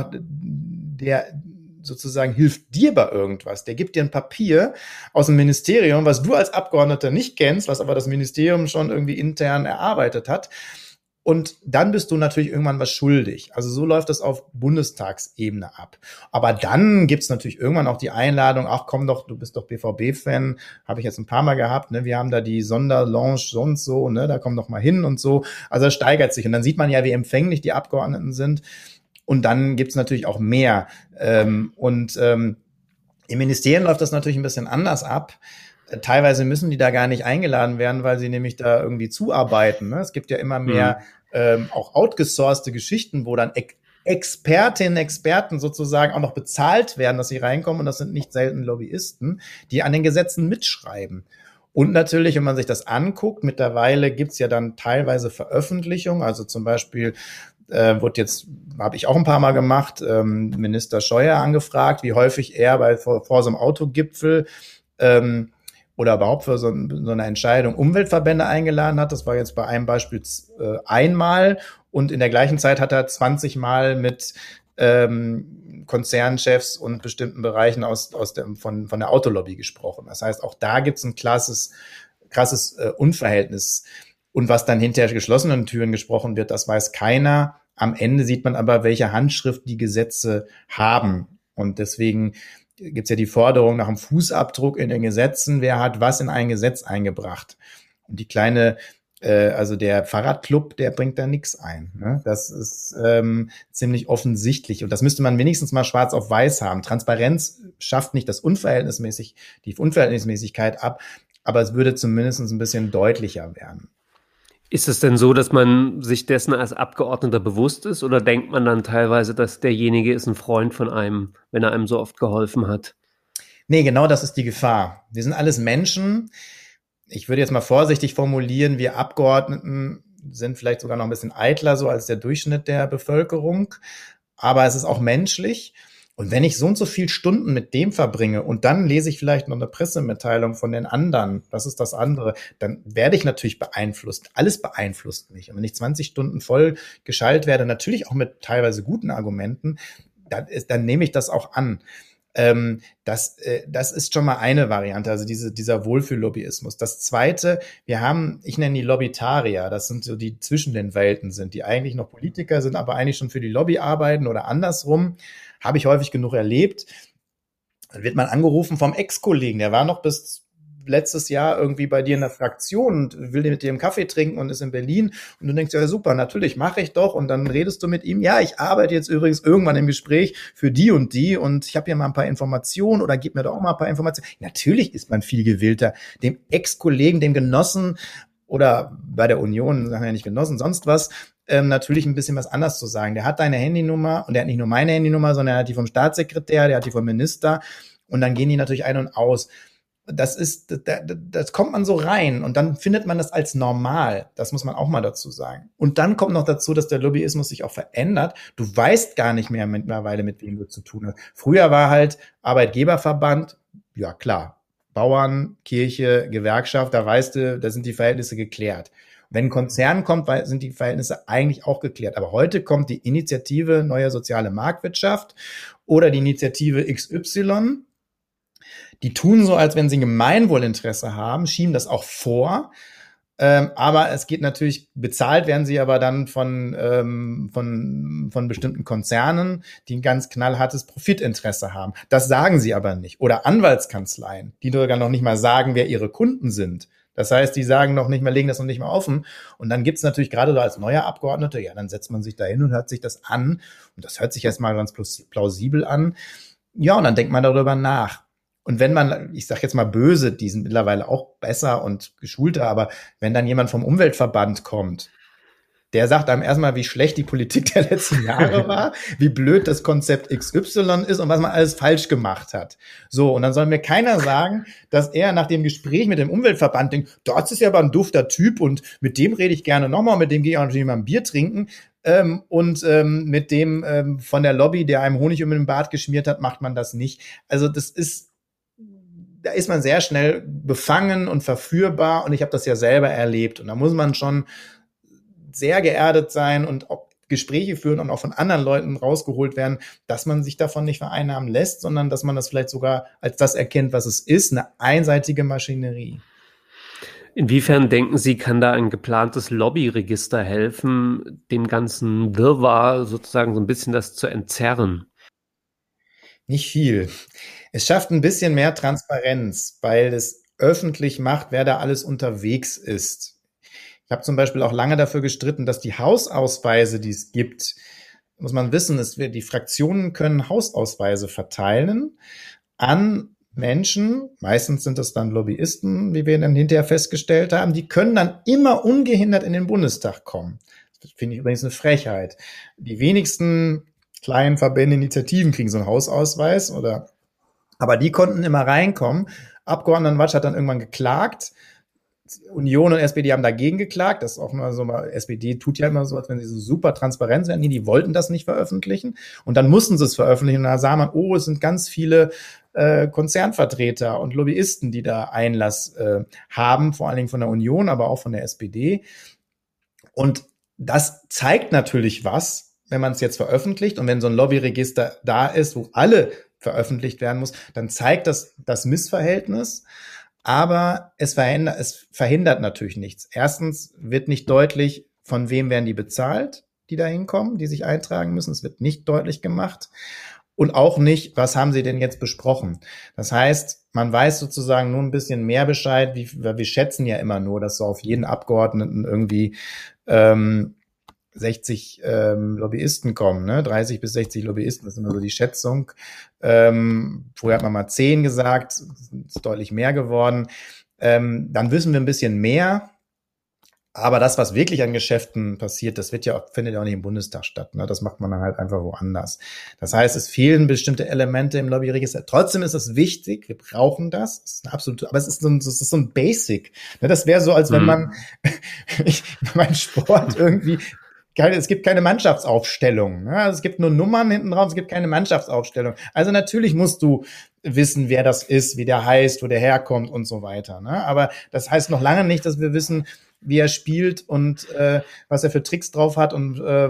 der sozusagen hilft dir bei irgendwas. Der gibt dir ein Papier aus dem Ministerium, was du als Abgeordneter nicht kennst, was aber das Ministerium schon irgendwie intern erarbeitet hat. Und dann bist du natürlich irgendwann was schuldig. Also so läuft das auf Bundestagsebene ab. Aber dann gibt's natürlich irgendwann auch die Einladung, ach komm doch, du bist doch B V B-Fan, habe ich jetzt ein paar Mal gehabt, ne? Wir haben da die Sonderlounge sonst so, ne? Da komm doch mal hin und so. Also es steigert sich. Und dann sieht man ja, wie empfänglich die Abgeordneten sind. Und dann gibt's natürlich auch mehr. Ähm, und ähm, im Ministerium läuft das natürlich ein bisschen anders ab. Teilweise müssen die da gar nicht eingeladen werden, weil sie nämlich da irgendwie zuarbeiten. Ne? Es gibt ja immer mehr mhm. ähm, auch outgesourcete Geschichten, wo dann Ex- Expertinnen, Experten sozusagen auch noch bezahlt werden, dass sie reinkommen. Und das sind nicht selten Lobbyisten, die an den Gesetzen mitschreiben. Und natürlich, wenn man sich das anguckt, mittlerweile gibt's ja dann teilweise Veröffentlichungen. Also zum Beispiel äh, wird jetzt, habe ich auch ein paar Mal gemacht, ähm, Minister Scheuer angefragt, wie häufig er bei vor, vor so einem Autogipfel ähm, oder überhaupt für so, so eine Entscheidung Umweltverbände eingeladen hat. Das war jetzt bei einem Beispiel äh, einmal und in der gleichen Zeit hat er zwanzig Mal mit ähm, Konzernchefs und bestimmten Bereichen aus, aus dem, von, von der Autolobby gesprochen. Das heißt, auch da gibt es ein krasses, krasses äh, Unverhältnis. Und was dann hinter geschlossenen Türen gesprochen wird, das weiß keiner. Am Ende sieht man aber, welche Handschrift die Gesetze haben. Und deswegen gibt's ja die Forderung nach einem Fußabdruck in den Gesetzen. Wer hat was in ein Gesetz eingebracht? Und die kleine, äh, also der Fahrradclub, der bringt da nichts ein. Ne? Das ist ähm, ziemlich offensichtlich. Und das müsste man wenigstens mal schwarz auf weiß haben. Transparenz schafft nicht das Unverhältnismäßig, die Unverhältnismäßigkeit ab, aber es würde zumindest ein bisschen deutlicher werden. Ist es denn so, dass man sich dessen als Abgeordneter bewusst ist oder denkt man dann teilweise, dass derjenige ist ein Freund von einem, wenn er einem so oft geholfen hat? Nee, genau das ist die Gefahr. Wir sind alles Menschen. Ich würde jetzt mal vorsichtig formulieren, wir Abgeordneten sind vielleicht sogar noch ein bisschen eitler so als der Durchschnitt der Bevölkerung, aber es ist auch menschlich. Und wenn ich so und so viel Stunden mit dem verbringe und dann lese ich vielleicht noch eine Pressemitteilung von den anderen, das ist das andere, dann werde ich natürlich beeinflusst. Alles beeinflusst mich. Und wenn ich zwanzig Stunden voll geschaltet werde, natürlich auch mit teilweise guten Argumenten, dann, ist, dann nehme ich das auch an. Ähm, das, äh, das ist schon mal eine Variante, also diese, dieser Wohlfühl-Lobbyismus. Das zweite, wir haben, ich nenne die Lobbytarier, das sind so die zwischen den Welten sind, die eigentlich noch Politiker sind, aber eigentlich schon für die Lobby arbeiten oder andersrum. Habe ich häufig genug erlebt. Dann wird man angerufen vom Ex-Kollegen, der war noch bis letztes Jahr irgendwie bei dir in der Fraktion und will mit dir einen Kaffee trinken und ist in Berlin. Und du denkst, ja super, natürlich, mache ich doch. Und dann redest du mit ihm, ja, ich arbeite jetzt übrigens irgendwann im Gespräch für die und die und ich habe hier mal ein paar Informationen oder gib mir doch auch mal ein paar Informationen. Natürlich ist man viel gewillter, dem Ex-Kollegen, dem Genossen oder bei der Union, sagen wir ja nicht Genossen, sonst was, Ähm, natürlich ein bisschen was anders zu sagen. Der hat deine Handynummer und der hat nicht nur meine Handynummer, sondern er hat die vom Staatssekretär, der hat die vom Minister und dann gehen die natürlich ein und aus. Das ist, das, das kommt man so rein und dann findet man das als normal. Das muss man auch mal dazu sagen. Und dann kommt noch dazu, dass der Lobbyismus sich auch verändert. Du weißt gar nicht mehr mittlerweile, mit wem du zu tun hast. Früher war halt Arbeitgeberverband, ja klar, Bauern, Kirche, Gewerkschaft, da weißt du, da sind die Verhältnisse geklärt. Wenn ein Konzern kommt, sind die Verhältnisse eigentlich auch geklärt. Aber heute kommt die Initiative Neue Soziale Marktwirtschaft oder die Initiative X Y. Die tun so, als wenn sie ein Gemeinwohlinteresse haben, schieben das auch vor. Ähm, aber es geht natürlich, bezahlt werden sie aber dann von, ähm, von, von bestimmten Konzernen, die ein ganz knallhartes Profitinteresse haben. Das sagen sie aber nicht. Oder Anwaltskanzleien, die sogar noch nicht mal sagen, wer ihre Kunden sind. Das heißt, die sagen noch nicht mal, legen das noch nicht mal offen. Und dann gibt's natürlich gerade so als neuer Abgeordneter, ja, dann setzt man sich da hin und hört sich das an. Und das hört sich erstmal ganz plausibel an. Ja, und dann denkt man darüber nach. Und wenn man, ich sage jetzt mal böse, die sind mittlerweile auch besser und geschulter, aber wenn dann jemand vom Umweltverband kommt, der sagt einem erstmal, wie schlecht die Politik der letzten Jahre war, wie blöd das Konzept X Y ist und was man alles falsch gemacht hat. So, und dann soll mir keiner sagen, dass er nach dem Gespräch mit dem Umweltverband denkt, dort ist ja aber ein dufter Typ und mit dem rede ich gerne nochmal, mit dem gehe ich auch natürlich mal ein Bier trinken. Ähm, und ähm, mit dem ähm, von der Lobby, der einem Honig um den Bart geschmiert hat, macht man das nicht. Also das ist, da ist man sehr schnell befangen und verführbar und ich habe das ja selber erlebt und da muss man schon sehr geerdet sein und auch Gespräche führen und auch von anderen Leuten rausgeholt werden, dass man sich davon nicht vereinnahmen lässt, sondern dass man das vielleicht sogar als das erkennt, was es ist, eine einseitige Maschinerie. Inwiefern denken Sie, kann da ein geplantes Lobbyregister helfen, dem ganzen Wirrwarr sozusagen so ein bisschen das zu entzerren? Nicht viel. Es schafft ein bisschen mehr Transparenz, weil es öffentlich macht, wer da alles unterwegs ist. Ich habe zum Beispiel auch lange dafür gestritten, dass die Hausausweise, die es gibt, muss man wissen, es wird, die Fraktionen können Hausausweise verteilen an Menschen, meistens sind das dann Lobbyisten, wie wir dann hinterher festgestellt haben, die können dann immer ungehindert in den Bundestag kommen. Das finde ich übrigens eine Frechheit. Die wenigsten kleinen Verbände, Initiativen kriegen so einen Hausausweis, oder, aber die konnten immer reinkommen. Abgeordnetenwatch hat dann irgendwann geklagt. Union und S P D haben dagegen geklagt. Das ist auch mal so, mal, S P D tut ja immer so, als wenn sie so super transparent wären. Die wollten das nicht veröffentlichen. Und dann mussten sie es veröffentlichen. Und da sah man, oh, es sind ganz viele äh, Konzernvertreter und Lobbyisten, die da Einlass äh, haben, vor allen Dingen von der Union, aber auch von der S P D. Und das zeigt natürlich was, wenn man es jetzt veröffentlicht. Und wenn so ein Lobbyregister da ist, wo alle veröffentlicht werden muss, dann zeigt das das Missverhältnis. Aber es verhindert, es verhindert natürlich nichts. Erstens wird nicht deutlich, von wem werden die bezahlt, die da hinkommen, die sich eintragen müssen. Es wird nicht deutlich gemacht. Und auch nicht, was haben sie denn jetzt besprochen. Das heißt, man weiß sozusagen nur ein bisschen mehr Bescheid. Wie, wir schätzen ja immer nur, dass so auf jeden Abgeordneten irgendwie ähm, sechzig ähm, Lobbyisten kommen, ne? dreißig bis sechzig Lobbyisten, das ist immer so die Schätzung. Ähm, vorher hat man mal zehn gesagt, ist deutlich mehr geworden. Ähm, dann wissen wir ein bisschen mehr. Aber das, was wirklich an Geschäften passiert, das wird ja auch, findet ja auch nicht im Bundestag statt. Ne? Das macht man dann halt einfach woanders. Das heißt, es fehlen bestimmte Elemente im Lobbyregister. Trotzdem ist es wichtig, wir brauchen das. Das ist eine absolute, aber es ist so ein, das ist so ein Basic. Ne? Das wäre so, als wenn man ich, beim Sport irgendwie Keine, es gibt keine Mannschaftsaufstellung. Ne? Also es gibt nur Nummern hinten drauf, es gibt keine Mannschaftsaufstellung. Also natürlich musst du wissen, wer das ist, wie der heißt, wo der herkommt und so weiter. Ne? Aber das heißt noch lange nicht, dass wir wissen, wie er spielt und äh, was er für Tricks drauf hat und äh,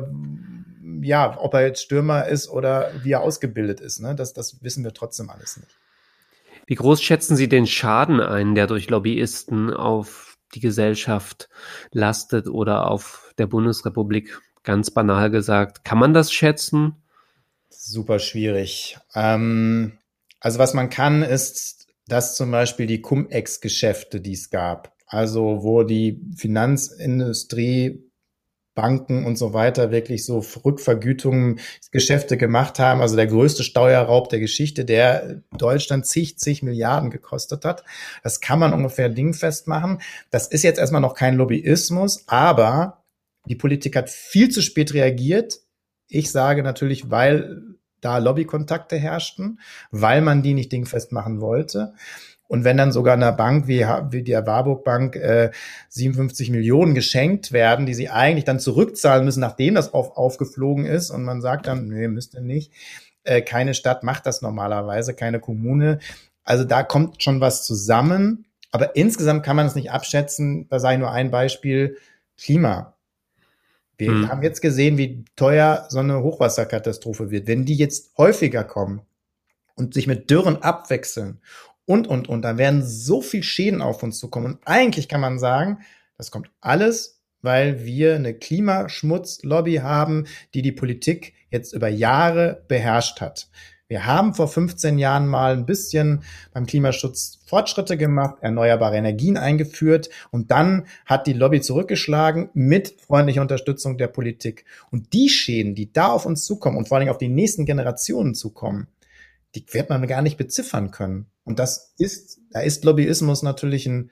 ja, ob er jetzt Stürmer ist oder wie er ausgebildet ist. Ne? Das, das wissen wir trotzdem alles nicht. Wie groß schätzen Sie den Schaden ein, der durch Lobbyisten auf die Gesellschaft lastet oder auf der Bundesrepublik, ganz banal gesagt? Kann man das schätzen? Super schwierig. Ähm, also was man kann, ist, dass zum Beispiel die Cum-Ex-Geschäfte, die es gab, also wo die Finanzindustrie, Banken und so weiter wirklich so Rückvergütungen, Geschäfte gemacht haben. Also der größte Steuerraub der Geschichte, der Deutschland zig, zig Milliarden gekostet hat. Das kann man ungefähr dingfest machen. Das ist jetzt erstmal noch kein Lobbyismus, aber die Politik hat viel zu spät reagiert. Ich sage natürlich, weil da Lobbykontakte herrschten, weil man die nicht dingfest machen wollte. Und wenn dann sogar einer Bank wie, wie der Warburg Bank äh, siebenundfünfzig Millionen geschenkt werden, die sie eigentlich dann zurückzahlen müssen, nachdem das auf, aufgeflogen ist, und man sagt dann, nee, müsst ihr nicht. Äh, keine Stadt macht das normalerweise, keine Kommune. Also da kommt schon was zusammen. Aber insgesamt kann man es nicht abschätzen. Da sage ich nur ein Beispiel: Klima. Wir hm. haben jetzt gesehen, wie teuer so eine Hochwasserkatastrophe wird. Wenn die jetzt häufiger kommen und sich mit Dürren abwechseln und, und, und, dann werden so viel Schäden auf uns zukommen. Und eigentlich kann man sagen, Das kommt alles, weil wir eine Klimaschmutzlobby haben, die die Politik jetzt über Jahre beherrscht hat. Wir haben vor fünfzehn Jahren mal ein bisschen beim Klimaschutz Fortschritte gemacht, erneuerbare Energien eingeführt und dann hat die Lobby zurückgeschlagen mit freundlicher Unterstützung der Politik. Und die Schäden, die da auf uns zukommen und vor allem auf die nächsten Generationen zukommen, die wird man gar nicht beziffern können. Und das ist, da ist Lobbyismus natürlich ein,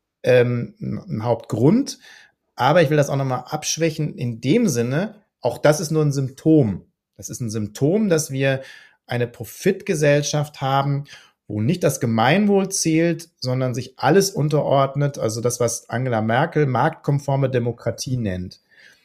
ähm, ein Hauptgrund. Aber ich will das auch nochmal abschwächen in dem Sinne, auch das ist nur ein Symptom. Das ist ein Symptom, dass wir eine Profitgesellschaft haben, wo nicht das Gemeinwohl zählt, sondern sich alles unterordnet, also das, was Angela Merkel marktkonforme Demokratie nennt.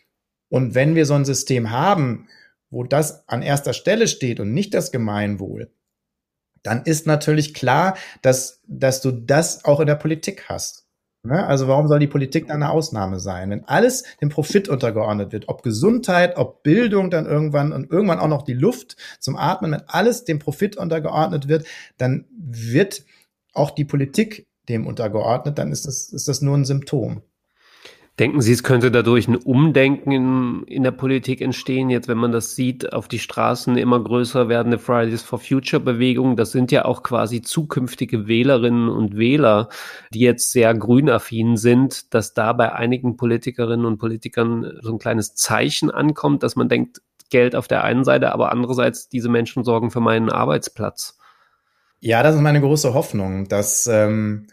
Und wenn wir so ein System haben, wo das an erster Stelle steht und nicht das Gemeinwohl, dann ist natürlich klar, dass, dass du das auch in der Politik hast. Also warum soll die Politik dann eine Ausnahme sein? Wenn alles dem Profit untergeordnet wird, ob Gesundheit, ob Bildung dann irgendwann und irgendwann auch noch die Luft zum Atmen, wenn alles dem Profit untergeordnet wird, dann wird auch die Politik dem untergeordnet, dann ist das, ist das nur ein Symptom. Denken Sie, es könnte dadurch ein Umdenken in, in der Politik entstehen, jetzt wenn man das sieht, auf die Straßen immer größer werdende Fridays for Future Bewegung, das sind ja auch quasi zukünftige Wählerinnen und Wähler, die jetzt sehr grünaffin sind, dass da bei einigen Politikerinnen und Politikern so ein kleines Zeichen ankommt, dass man denkt, Geld auf der einen Seite, aber andererseits diese Menschen sorgen für meinen Arbeitsplatz. Ja, das ist meine große Hoffnung, dass ähm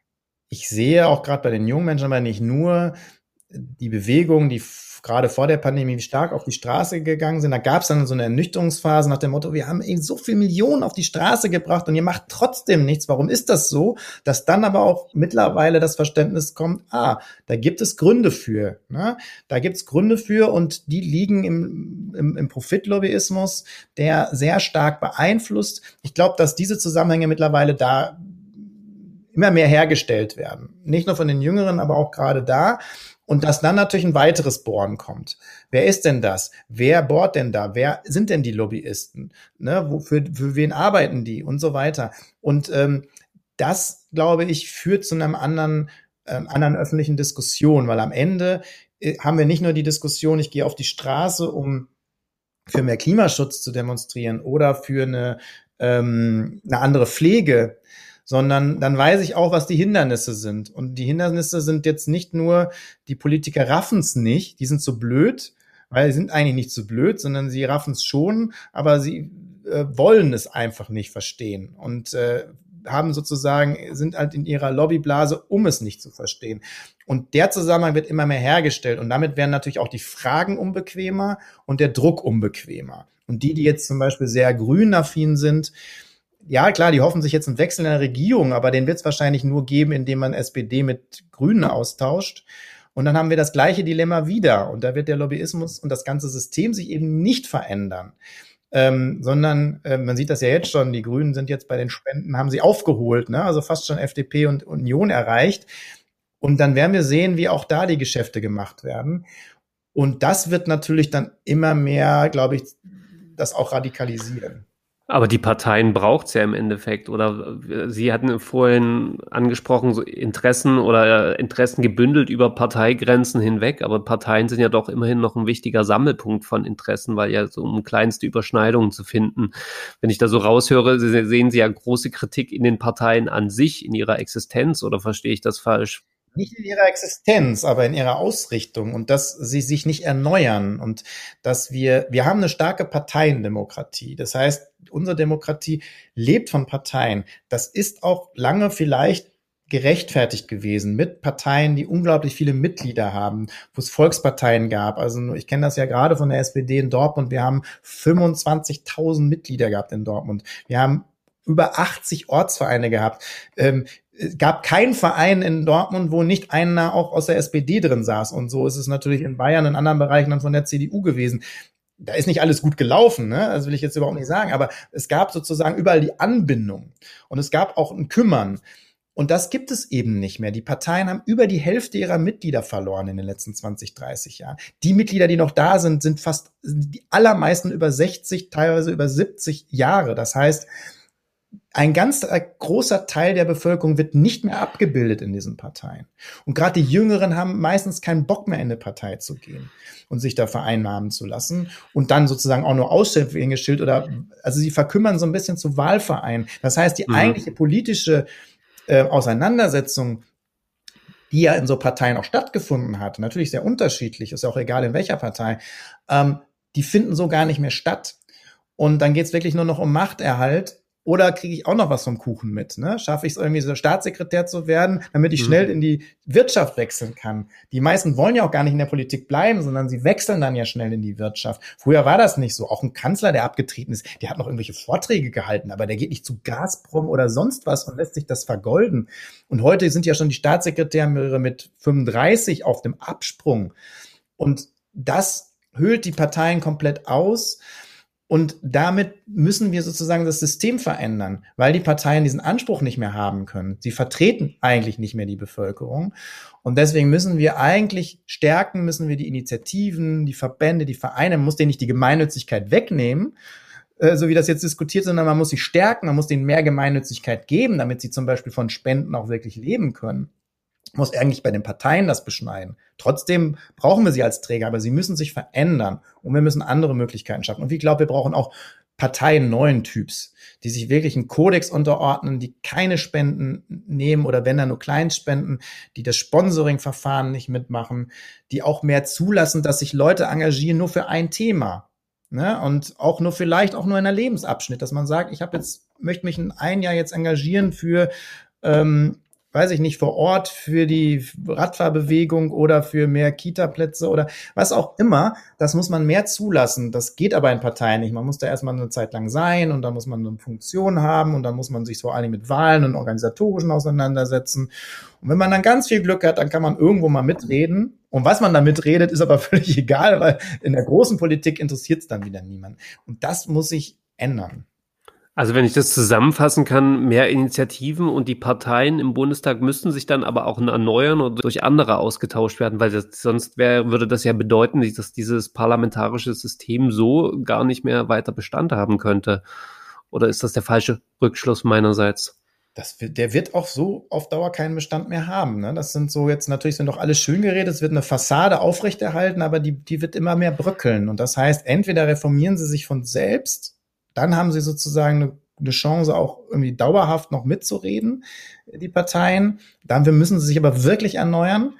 ich sehe auch gerade bei den jungen Menschen, aber nicht nur, die Bewegung, die f- gerade vor der Pandemie stark auf die Straße gegangen sind. Da gab es dann so eine Ernüchterungsphase nach dem Motto, wir haben eben so viel Millionen auf die Straße gebracht und ihr macht trotzdem nichts. Warum ist das so? Dass dann aber auch mittlerweile das Verständnis kommt, ah, da gibt es Gründe für. Ne? Da gibt es Gründe für und die liegen im, im, im Profitlobbyismus, der sehr stark beeinflusst. Ich glaube, dass diese Zusammenhänge mittlerweile da immer mehr hergestellt werden. Nicht nur von den Jüngeren, aber auch gerade da. Und dass dann natürlich ein weiteres Bohren kommt. Wer ist denn das? Wer bohrt denn da? Wer sind denn die Lobbyisten? Ne, wo, für, für wen arbeiten die? Und so weiter. Und ähm, das, glaube ich, führt zu einem anderen, äh, anderen öffentlichen Diskussion, weil am Ende äh, haben wir nicht nur die Diskussion, ich gehe auf die Straße, um für mehr Klimaschutz zu demonstrieren oder für eine, ähm, eine andere Pflege, sondern dann weiß ich auch, was die Hindernisse sind. Und die Hindernisse sind jetzt nicht nur, die Politiker raffen es nicht, die sind zu blöd, weil sie sind eigentlich nicht zu blöd, sondern sie raffen es schon, aber sie äh, wollen es einfach nicht verstehen und äh, haben sozusagen, sind halt in ihrer Lobbyblase, um es nicht zu verstehen. Und der Zusammenhang wird immer mehr hergestellt und damit werden natürlich auch die Fragen unbequemer und der Druck unbequemer. Und die, die jetzt zum Beispiel sehr grünaffin sind, ja, klar, die hoffen sich jetzt einen Wechsel in der Regierung, aber den wird es wahrscheinlich nur geben, indem man S P D mit Grünen austauscht. Und dann haben wir das gleiche Dilemma wieder. Und da wird der Lobbyismus und das ganze System sich eben nicht verändern. Ähm, sondern äh, man sieht das ja jetzt schon, die Grünen sind jetzt bei den Spenden, haben sie aufgeholt, ne? Also fast schon F D P und Union erreicht. Und dann werden wir sehen, wie auch da die Geschäfte gemacht werden. Und das wird natürlich dann immer mehr, glaube ich, das auch radikalisieren. Aber die Parteien braucht es ja im Endeffekt. Oder Sie hatten vorhin angesprochen, so Interessen oder Interessen gebündelt über Parteigrenzen hinweg. Aber Parteien sind ja doch immerhin noch ein wichtiger Sammelpunkt von Interessen, weil ja so um kleinste Überschneidungen zu finden. Wenn ich da so raushöre, sehen Sie ja große Kritik in den Parteien an sich, in ihrer Existenz. Oder verstehe ich das falsch? Nicht in ihrer Existenz, aber in ihrer Ausrichtung und dass sie sich nicht erneuern und dass wir, wir haben eine starke Parteiendemokratie. Das heißt, unsere Demokratie lebt von Parteien. Das ist auch lange vielleicht gerechtfertigt gewesen mit Parteien, die unglaublich viele Mitglieder haben, wo es Volksparteien gab. Also ich kenne das ja gerade von der S P D in Dortmund. Wir haben fünfundzwanzigtausend Mitglieder gehabt in Dortmund. Wir haben über achtzig Ortsvereine gehabt. Ähm, Es gab keinen Verein in Dortmund, wo nicht einer auch aus der S P D drin saß. Und so ist es natürlich in Bayern und in anderen Bereichen dann von der C D U gewesen. Da ist nicht alles gut gelaufen, ne? Das will ich jetzt überhaupt nicht sagen. Aber es gab sozusagen überall die Anbindung. Und es gab auch ein Kümmern. Und das gibt es eben nicht mehr. Die Parteien haben über die Hälfte ihrer Mitglieder verloren in den letzten zwanzig, dreißig Jahren. Die Mitglieder, die noch da sind, sind fast die allermeisten über sechzig, teilweise über siebzig Jahre. Das heißt, ein ganz großer Teil der Bevölkerung wird nicht mehr abgebildet in diesen Parteien. Und gerade die Jüngeren haben meistens keinen Bock mehr in eine Partei zu gehen und sich da vereinnahmen zu lassen und dann sozusagen auch nur Aushängeschild oder, also sie verkümmern so ein bisschen zu Wahlvereinen. Das heißt, die mhm. eigentliche politische äh, Auseinandersetzung, die ja in so Parteien auch stattgefunden hat, natürlich sehr unterschiedlich, ist ja auch egal in welcher Partei, ähm, die finden so gar nicht mehr statt. Und dann geht's wirklich nur noch um Machterhalt. Oder kriege ich auch noch was vom Kuchen mit? Ne? Schaffe ich es irgendwie, so Staatssekretär zu werden, damit ich mhm. schnell in die Wirtschaft wechseln kann? Die meisten wollen ja auch gar nicht in der Politik bleiben, sondern sie wechseln dann ja schnell in die Wirtschaft. Früher war das nicht so. Auch ein Kanzler, der abgetreten ist, der hat noch irgendwelche Vorträge gehalten, aber der geht nicht zu Gazprom oder sonst was und lässt sich das vergolden. Und heute sind ja schon die Staatssekretäre mit fünfunddreißig auf dem Absprung. Und das höhlt die Parteien komplett aus. Und damit müssen wir sozusagen das System verändern, weil die Parteien diesen Anspruch nicht mehr haben können. Sie vertreten eigentlich nicht mehr die Bevölkerung. Und deswegen müssen wir eigentlich stärken, müssen wir die Initiativen, die Verbände, die Vereine, man muss denen nicht die Gemeinnützigkeit wegnehmen, äh, so wie das jetzt diskutiert, sondern man muss sie stärken, man muss denen mehr Gemeinnützigkeit geben, damit sie zum Beispiel von Spenden auch wirklich leben können. Muss eigentlich bei den Parteien das beschneiden. Trotzdem brauchen wir sie als Träger, aber sie müssen sich verändern und wir müssen andere Möglichkeiten schaffen. Und ich glaube, wir brauchen auch Parteien neuen Typs, die sich wirklich einen Kodex unterordnen, die keine Spenden nehmen oder wenn dann nur Kleinspenden, die das Sponsoring-Verfahren nicht mitmachen, die auch mehr zulassen, dass sich Leute engagieren nur für ein Thema. Ne? Und auch nur vielleicht auch nur in einem Lebensabschnitt, dass man sagt, ich habe jetzt möchte mich in ein Jahr jetzt engagieren für ähm, weiß ich nicht, vor Ort für die Radfahrbewegung oder für mehr Kita-Plätze oder was auch immer, das muss man mehr zulassen. Das geht aber in Parteien nicht. Man muss da erstmal eine Zeit lang sein und dann muss man eine Funktion haben und dann muss man sich vor allen Dingen mit Wahlen und organisatorischen auseinandersetzen. Und wenn man dann ganz viel Glück hat, dann kann man irgendwo mal mitreden. Und was man da mitredet, ist aber völlig egal, weil in der großen Politik interessiert es dann wieder niemand. Und das muss sich ändern. Also wenn ich das zusammenfassen kann, mehr Initiativen und die Parteien im Bundestag müssten sich dann aber auch erneuern oder durch andere ausgetauscht werden, weil das, sonst wär, würde das ja bedeuten, dass dieses parlamentarische System so gar nicht mehr weiter Bestand haben könnte. Oder ist das der falsche Rückschluss meinerseits? Das wird, der wird auch so auf Dauer keinen Bestand mehr haben. Ne? Das sind so jetzt, natürlich sind doch alles schön geredet, es wird eine Fassade aufrechterhalten, aber die, die wird immer mehr bröckeln. Und das heißt, entweder reformieren sie sich von selbst, dann haben sie sozusagen eine, eine Chance, auch irgendwie dauerhaft noch mitzureden, die Parteien. Dann müssen sie sich aber wirklich erneuern.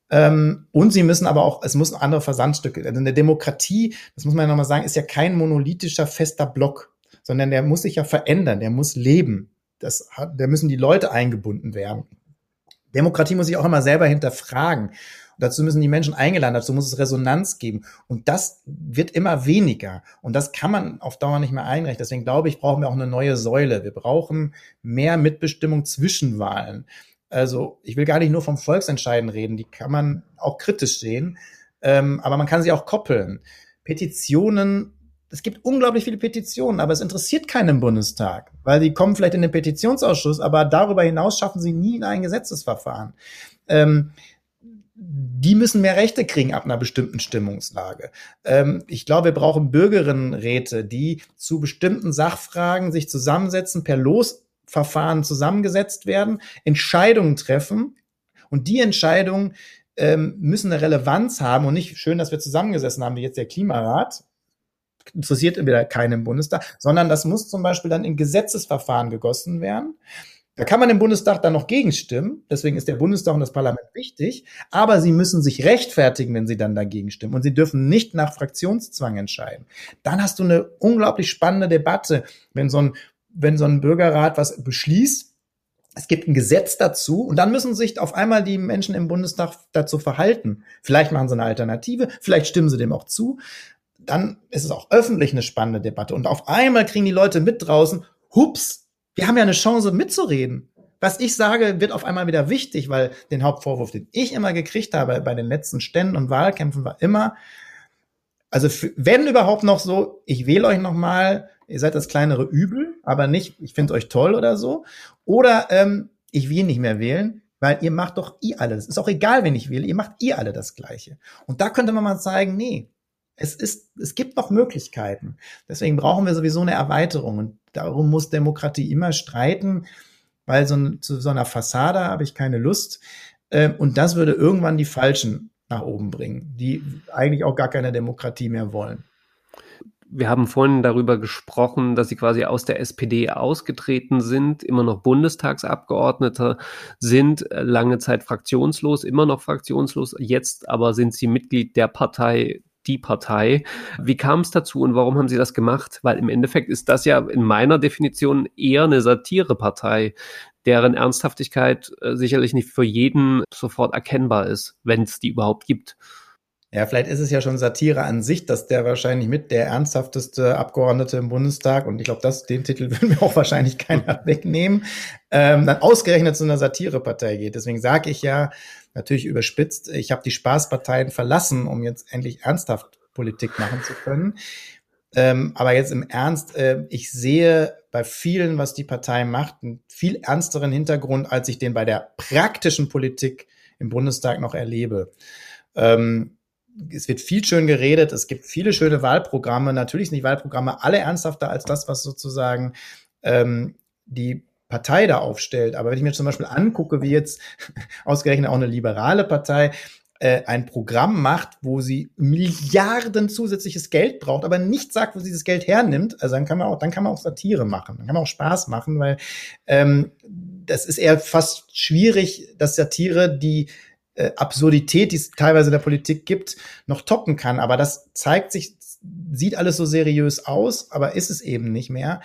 Ähm, und sie müssen aber auch, es müssen andere Versandstücke. Also eine Demokratie, das muss man ja nochmal sagen, ist ja kein monolithischer, fester Block, sondern der muss sich ja verändern, der muss leben. Das hat, da müssen die Leute eingebunden werden. Demokratie muss sich auch immer selber hinterfragen. Dazu müssen die Menschen eingeladen, dazu muss es Resonanz geben. Und das wird immer weniger. Und das kann man auf Dauer nicht mehr einrichten. Deswegen glaube ich, brauchen wir auch eine neue Säule. Wir brauchen mehr Mitbestimmung zwischen Wahlen. Also ich will gar nicht nur vom Volksentscheiden reden, die kann man auch kritisch sehen. Ähm, aber man kann sie auch koppeln. Petitionen, es gibt unglaublich viele Petitionen, aber es interessiert keinen im Bundestag, weil die kommen vielleicht in den Petitionsausschuss, aber darüber hinaus schaffen sie nie in ein Gesetzesverfahren. Ähm, Die müssen mehr Rechte kriegen ab einer bestimmten Stimmungslage. Ähm, ich glaube, wir brauchen Bürgerinnenräte, die zu bestimmten Sachfragen sich zusammensetzen, per Losverfahren zusammengesetzt werden, Entscheidungen treffen. Und die Entscheidungen ähm, müssen eine Relevanz haben und nicht schön, dass wir zusammengesessen haben, wie jetzt der Klimarat. Interessiert wieder keinen im Bundestag, sondern das muss zum Beispiel dann in Gesetzesverfahren gegossen werden. Da kann man im Bundestag dann noch gegenstimmen. Deswegen ist der Bundestag und das Parlament wichtig. Aber sie müssen sich rechtfertigen, wenn sie dann dagegen stimmen. Und sie dürfen nicht nach Fraktionszwang entscheiden. Dann hast du eine unglaublich spannende Debatte, wenn so ein, wenn so ein Bürgerrat was beschließt. Es gibt ein Gesetz dazu und dann müssen sich auf einmal die Menschen im Bundestag dazu verhalten. Vielleicht machen sie eine Alternative, vielleicht stimmen sie dem auch zu. Dann ist es auch öffentlich eine spannende Debatte. Und auf einmal kriegen die Leute mit draußen, hups, wir haben ja eine Chance mitzureden. Was ich sage, wird auf einmal wieder wichtig, weil den Hauptvorwurf, den ich immer gekriegt habe bei den letzten Ständen und Wahlkämpfen, war immer, also für, wenn überhaupt noch so, ich wähle euch nochmal, ihr seid das kleinere Übel, aber nicht, ich finde euch toll oder so. Oder ähm, ich will nicht mehr wählen, weil ihr macht doch ihr alle, es ist auch egal, wen ich wähle, ihr macht ihr alle das Gleiche. Und da könnte man mal zeigen, nee, es ist, es gibt noch Möglichkeiten. Deswegen brauchen wir sowieso eine Erweiterung. Und darum muss Demokratie immer streiten, weil so ein, zu so einer Fassade habe ich keine Lust. Äh, und das würde irgendwann die Falschen nach oben bringen, die eigentlich auch gar keine Demokratie mehr wollen. Wir haben vorhin darüber gesprochen, dass Sie quasi aus der S P D ausgetreten sind, immer noch Bundestagsabgeordneter sind, lange Zeit fraktionslos, immer noch fraktionslos, jetzt aber sind Sie Mitglied der Partei Die Partei. Wie kam es dazu und warum haben Sie das gemacht? Weil im Endeffekt ist das ja in meiner Definition eher eine Satirepartei, deren Ernsthaftigkeit äh, sicherlich nicht für jeden sofort erkennbar ist, wenn es die überhaupt gibt. Ja, vielleicht ist es ja schon Satire an sich, dass der wahrscheinlich mit der ernsthafteste Abgeordnete im Bundestag, und ich glaube, das den Titel würden mir auch wahrscheinlich keiner wegnehmen, ähm, dann ausgerechnet zu einer Satirepartei geht. Deswegen sage ich ja, natürlich überspitzt, ich habe die Spaßparteien verlassen, um jetzt endlich ernsthaft Politik machen zu können. Ähm, aber jetzt im Ernst, äh, ich sehe bei vielen, was die Partei macht, einen viel ernsteren Hintergrund, als ich den bei der praktischen Politik im Bundestag noch erlebe. Ähm, Es wird viel schön geredet, es gibt viele schöne Wahlprogramme. Natürlich sind die Wahlprogramme alle ernsthafter als das, was sozusagen ähm, die Partei da aufstellt. Aber wenn ich mir zum Beispiel angucke, wie jetzt ausgerechnet auch eine liberale Partei äh, ein Programm macht, wo sie Milliarden zusätzliches Geld braucht, aber nicht sagt, wo sie das Geld hernimmt, also dann kann man auch, dann kann man auch Satire machen, dann kann man auch Spaß machen, weil ähm, das ist eher fast schwierig, dass Satire die Absurdität, die es teilweise in der Politik gibt, noch toppen kann. Aber das zeigt sich, sieht alles so seriös aus, aber ist es eben nicht mehr.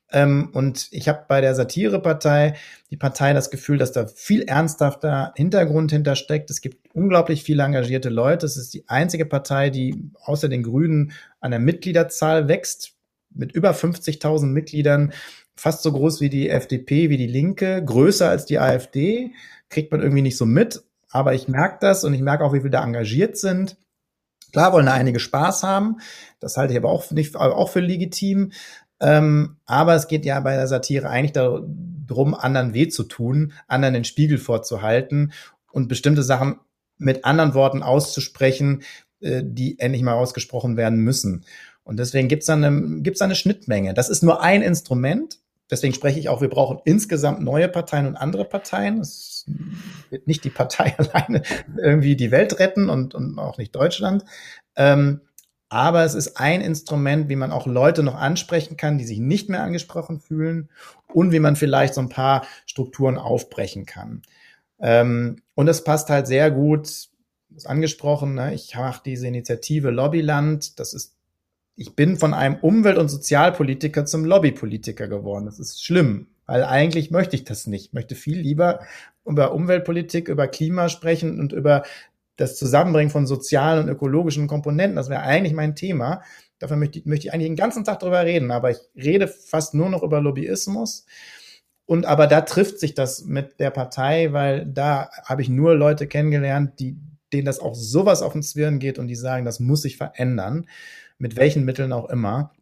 Und ich habe bei der Satirepartei, die Partei, das Gefühl, dass da viel ernsthafter Hintergrund hintersteckt. Es gibt unglaublich viele engagierte Leute. Es ist die einzige Partei, die außer den Grünen an der Mitgliederzahl wächst, mit über fünfzigtausend Mitgliedern, fast so groß wie die F D P, wie die Linke, größer als die AfD, kriegt man irgendwie nicht so mit. Aber ich merke das und ich merke auch, wie viele da engagiert sind. Klar wollen da einige Spaß haben. Das halte ich aber auch nicht, auch für legitim. Ähm, aber es geht ja bei der Satire eigentlich darum, anderen weh zu tun, anderen den Spiegel vorzuhalten und bestimmte Sachen mit anderen Worten auszusprechen, äh, die endlich mal ausgesprochen werden müssen. Und deswegen gibt's da eine, gibt's da eine Schnittmenge. Das ist nur ein Instrument. Deswegen spreche ich auch, wir brauchen insgesamt neue Parteien und andere Parteien. Es wird nicht die Partei alleine irgendwie die Welt retten und, und auch nicht Deutschland. Ähm, aber es ist ein Instrument, wie man auch Leute noch ansprechen kann, die sich nicht mehr angesprochen fühlen und wie man vielleicht so ein paar Strukturen aufbrechen kann. Ähm, und es passt halt sehr gut, das ist angesprochen, ne? Ich mache diese Initiative Lobbyland. Das ist Ich bin von einem Umwelt- und Sozialpolitiker zum Lobbypolitiker geworden. Das ist schlimm, weil eigentlich möchte ich das nicht. Ich möchte viel lieber über Umweltpolitik, über Klima sprechen und über das Zusammenbringen von sozialen und ökologischen Komponenten. Das wäre eigentlich mein Thema. Dafür möchte ich, möchte ich eigentlich den ganzen Tag drüber reden, aber ich rede fast nur noch über Lobbyismus. Und aber da trifft sich das mit der Partei, weil da habe ich nur Leute kennengelernt, die, denen das auch sowas auf den Zwirn geht und die sagen, das muss sich verändern, mit welchen Mitteln auch immer.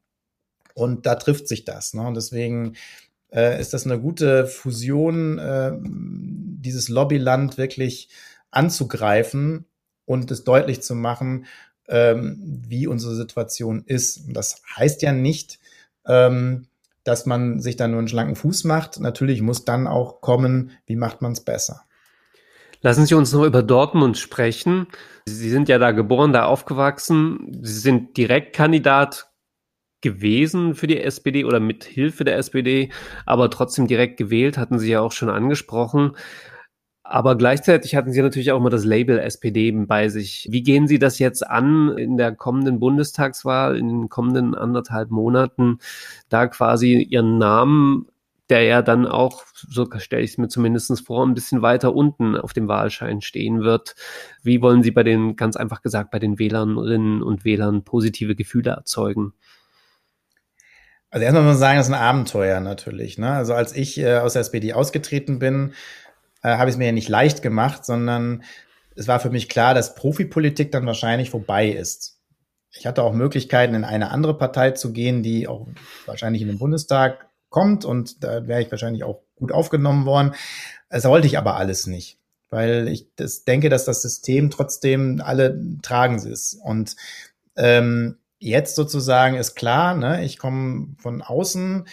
Und da trifft sich das. Ne? Und deswegen äh, ist das eine gute Fusion, äh, dieses Lobbyland wirklich anzugreifen und es deutlich zu machen, ähm, wie unsere Situation ist. Und das heißt ja nicht, ähm, dass man sich dann nur einen schlanken Fuß macht. Natürlich muss dann auch kommen, wie macht man es besser. Lassen Sie uns noch über Dortmund sprechen. Sie sind ja da geboren, da aufgewachsen. Sie sind Direktkandidat gewesen für die S P D oder mit Hilfe der S P D, aber trotzdem direkt gewählt, hatten Sie ja auch schon angesprochen. Aber gleichzeitig hatten Sie natürlich auch immer das Label S P D bei sich. Wie gehen Sie das jetzt an in der kommenden Bundestagswahl, in den kommenden anderthalb Monaten, da quasi Ihren Namen, der ja dann auch, so stelle ich es mir zumindest vor, ein bisschen weiter unten auf dem Wahlschein stehen wird. Wie wollen Sie bei den, ganz einfach gesagt, bei den Wählerinnen und Wählern positive Gefühle erzeugen? Also erstmal muss man sagen, das ist ein Abenteuer natürlich. Ne? Also als ich äh, aus der S P D ausgetreten bin, äh, habe ich es mir ja nicht leicht gemacht, sondern es war für mich klar, dass Profipolitik dann wahrscheinlich vorbei ist. Ich hatte auch Möglichkeiten, in eine andere Partei zu gehen, die auch wahrscheinlich in den Bundestag kommt und da wäre ich wahrscheinlich auch gut aufgenommen worden. Das wollte ich aber alles nicht, weil ich das denke, dass das System trotzdem alle tragen ist. Und ähm, jetzt sozusagen ist klar, ne, ich komme von außen,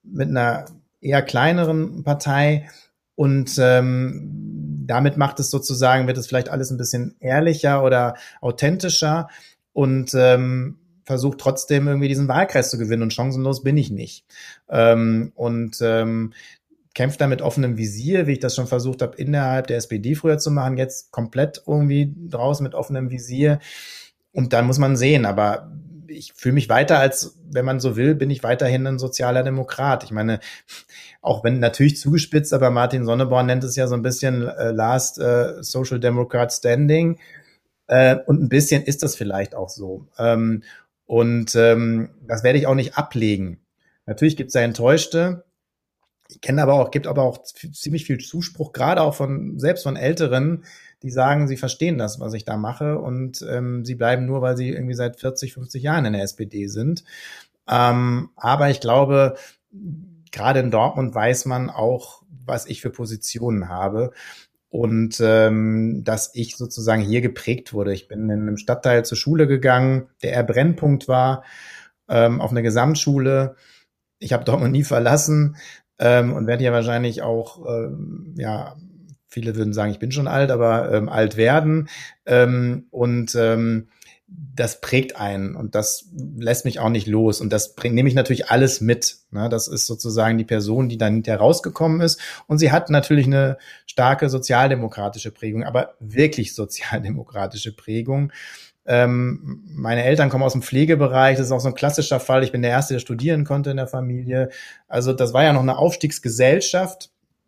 mit einer eher kleineren Partei und ähm, damit macht es sozusagen, wird es vielleicht alles ein bisschen ehrlicher oder authentischer und ähm, versucht trotzdem irgendwie diesen Wahlkreis zu gewinnen und chancenlos bin ich nicht. Ähm, und ähm, kämpft da mit offenem Visier, wie ich das schon versucht habe, innerhalb der S P D früher zu machen, jetzt komplett irgendwie draußen mit offenem Visier. Und dann muss man sehen, aber ich fühle mich weiter als, wenn man so will, bin ich weiterhin ein sozialer Demokrat. Ich meine, auch wenn natürlich zugespitzt, aber Martin Sonneborn nennt es ja so ein bisschen äh, Last äh, Social Democrat Standing. Äh, und ein bisschen ist das vielleicht auch so. Ähm, und ähm, das werde ich auch nicht ablegen. Natürlich gibt es da Enttäuschte. Ich kenne aber auch, gibt aber auch ziemlich viel Zuspruch, gerade auch von, selbst von Älteren, die sagen, sie verstehen das, was ich da mache und ähm, sie bleiben nur, weil sie irgendwie seit vierzig, fünfzig Jahren in der S P D sind. Ähm, aber ich glaube, gerade in Dortmund weiß man auch, was ich für Positionen habe und ähm, dass ich sozusagen hier geprägt wurde. Ich bin in einem Stadtteil zur Schule gegangen, der eher Brennpunkt war, ähm, auf einer Gesamtschule. Ich habe Dortmund nie verlassen. Ähm, und werde ja wahrscheinlich auch, ähm, ja, viele würden sagen, ich bin schon alt, aber ähm, alt werden. Ähm, und ähm, das prägt einen und das lässt mich auch nicht los. Und das bringt, nehme ich natürlich alles mit. Ne? Das ist sozusagen die Person, die dann hinterher rausgekommen ist. Und sie hat natürlich eine starke sozialdemokratische Prägung, aber wirklich sozialdemokratische Prägung. Ähm, meine Eltern kommen aus dem Pflegebereich, das ist auch so ein klassischer Fall. Ich bin der Erste, der studieren konnte in der Familie. Also das war ja noch eine Aufstiegsgesellschaft.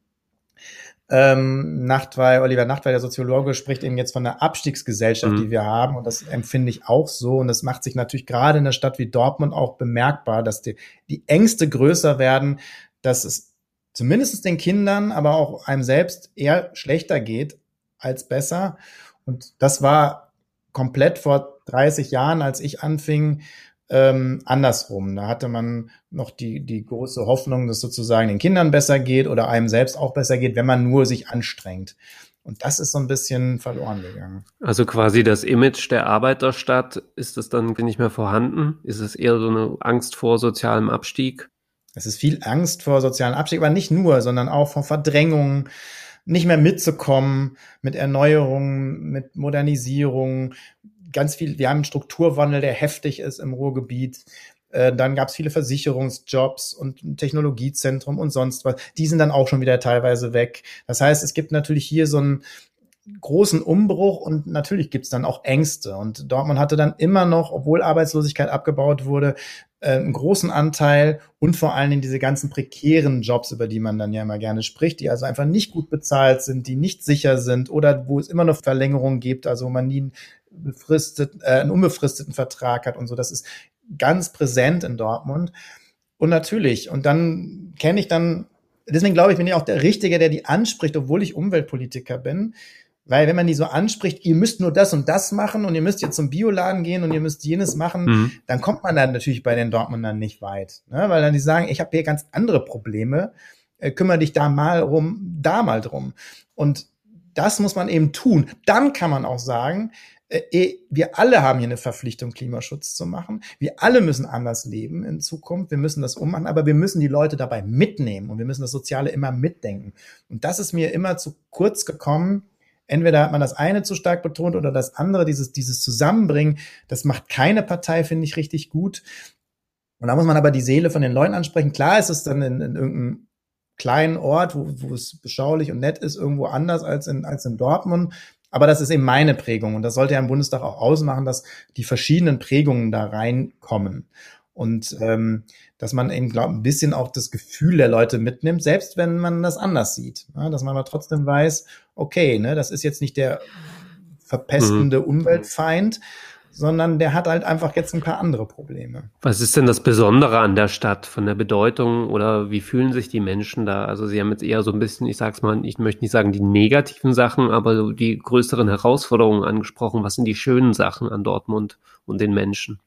Ähm, Nachtwey, Oliver Nachtwey, der Soziologe, spricht eben jetzt von einer Abstiegsgesellschaft, mhm. die wir haben. Und das empfinde ich auch so. Und das macht sich natürlich gerade in einer Stadt wie Dortmund auch bemerkbar, dass die, die Ängste größer werden, dass es zumindest den Kindern, aber auch einem selbst eher schlechter geht als besser. Und das war komplett vor dreißig Jahren, als ich anfing, ähm, andersrum. Da hatte man noch die die große Hoffnung, dass sozusagen den Kindern besser geht oder einem selbst auch besser geht, wenn man nur sich anstrengt. Und das ist so ein bisschen verloren gegangen. Also quasi das Image der Arbeiterstadt, ist das dann nicht mehr vorhanden? Ist es eher so eine Angst vor sozialem Abstieg? Es ist viel Angst vor sozialem Abstieg, aber nicht nur, sondern auch vor Verdrängung, nicht mehr mitzukommen mit Erneuerungen, mit Modernisierung, ganz viel, wir haben einen Strukturwandel, der heftig ist im Ruhrgebiet. Äh, dann gab es viele Versicherungsjobs und ein Technologiezentrum und sonst was. Die sind dann auch schon wieder teilweise weg. Das heißt, es gibt natürlich hier so einen großen Umbruch und natürlich gibt es dann auch Ängste. Und Dortmund hatte dann immer noch, obwohl Arbeitslosigkeit abgebaut wurde, einen großen Anteil und vor allen Dingen diese ganzen prekären Jobs, über die man dann ja immer gerne spricht, die also einfach nicht gut bezahlt sind, die nicht sicher sind oder wo es immer noch Verlängerungen gibt, also wo man nie einen, befristet, äh, einen unbefristeten Vertrag hat und so. Das ist ganz präsent in Dortmund. Und natürlich, und dann kenne ich dann, deswegen glaube ich, bin ich auch der Richtige, der die anspricht, obwohl ich Umweltpolitiker bin. Weil wenn man die so anspricht, ihr müsst nur das und das machen und ihr müsst jetzt zum Bioladen gehen und ihr müsst jenes machen, mhm. dann kommt man dann natürlich bei den Dortmundern nicht weit. Ne? Weil dann die sagen, ich habe hier ganz andere Probleme, äh, kümmere dich da mal rum, da mal drum. Und das muss man eben tun. Dann kann man auch sagen, äh, wir alle haben hier eine Verpflichtung, Klimaschutz zu machen. Wir alle müssen anders leben in Zukunft. Wir müssen das ummachen, aber wir müssen die Leute dabei mitnehmen und wir müssen das Soziale immer mitdenken. Und das ist mir immer zu kurz gekommen. Entweder hat man das eine zu stark betont oder das andere, dieses, dieses Zusammenbringen, das macht keine Partei, finde ich, richtig gut. Und da muss man aber die Seele von den Leuten ansprechen. Klar ist es dann in, in irgendeinem kleinen Ort, wo, wo es beschaulich und nett ist, irgendwo anders als in, als in Dortmund. Aber das ist eben meine Prägung. Und das sollte ja im Bundestag auch ausmachen, dass die verschiedenen Prägungen da reinkommen. Und ähm, dass man eben, glaube ich, ein bisschen auch das Gefühl der Leute mitnimmt, selbst wenn man das anders sieht. Ja, dass man aber trotzdem weiß, okay, ne, das ist jetzt nicht der verpestende mhm. Umweltfeind, sondern der hat halt einfach jetzt ein paar andere Probleme. Was ist denn das Besondere an der Stadt von der Bedeutung oder wie fühlen sich die Menschen da? Also Sie haben jetzt eher so ein bisschen, ich sag's mal, ich möchte nicht sagen die negativen Sachen, aber die größeren Herausforderungen angesprochen. Was sind die schönen Sachen an Dortmund und den Menschen?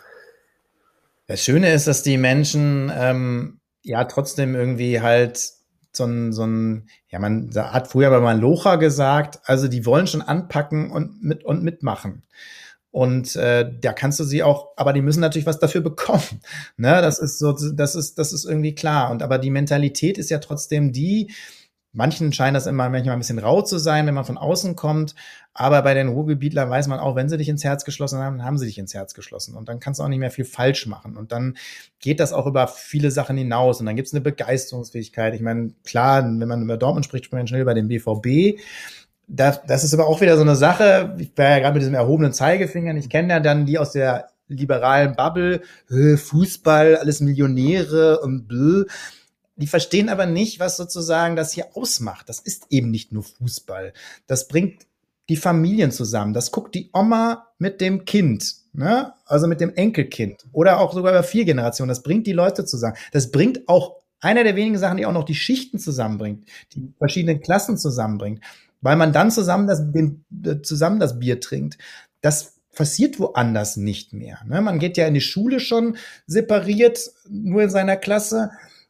Das Schöne ist, dass die Menschen ähm, ja trotzdem irgendwie halt so ein, so ein, ja, man hat früher aber mal Locher gesagt, also die wollen schon anpacken und mit und mitmachen. Und äh, da kannst du sie auch, aber die müssen natürlich was dafür bekommen. Ne, das ist so, das ist, das ist irgendwie klar. Und aber die Mentalität ist ja trotzdem die. Manchen scheint das immer manchmal ein bisschen rau zu sein, wenn man von außen kommt. Aber bei den Ruhrgebietlern weiß man auch, wenn sie dich ins Herz geschlossen haben, haben sie dich ins Herz geschlossen. Und dann kannst du auch nicht mehr viel falsch machen. Und dann geht das auch über viele Sachen hinaus. Und dann gibt es eine Begeisterungsfähigkeit. Ich meine, klar, wenn man über Dortmund spricht, spricht man schnell über den B V B. Das, das ist aber auch wieder so eine Sache. Ich war ja gerade mit diesem erhobenen Zeigefinger. Ich kenne ja dann die aus der liberalen Bubble. Fußball, alles Millionäre und bläh. Die verstehen aber nicht, was sozusagen das hier ausmacht. Das ist eben nicht nur Fußball. Das bringt die Familien zusammen. Das guckt die Oma mit dem Kind, ne? Also mit dem Enkelkind oder auch sogar über vier Generationen. Das bringt die Leute zusammen. Das bringt auch einer der wenigen Sachen, die auch noch die Schichten zusammenbringt, die verschiedenen Klassen zusammenbringt, weil man dann zusammen das, den, zusammen das Bier trinkt. Das passiert woanders nicht mehr, ne? Man geht ja in die Schule schon separiert, nur in seiner Klasse.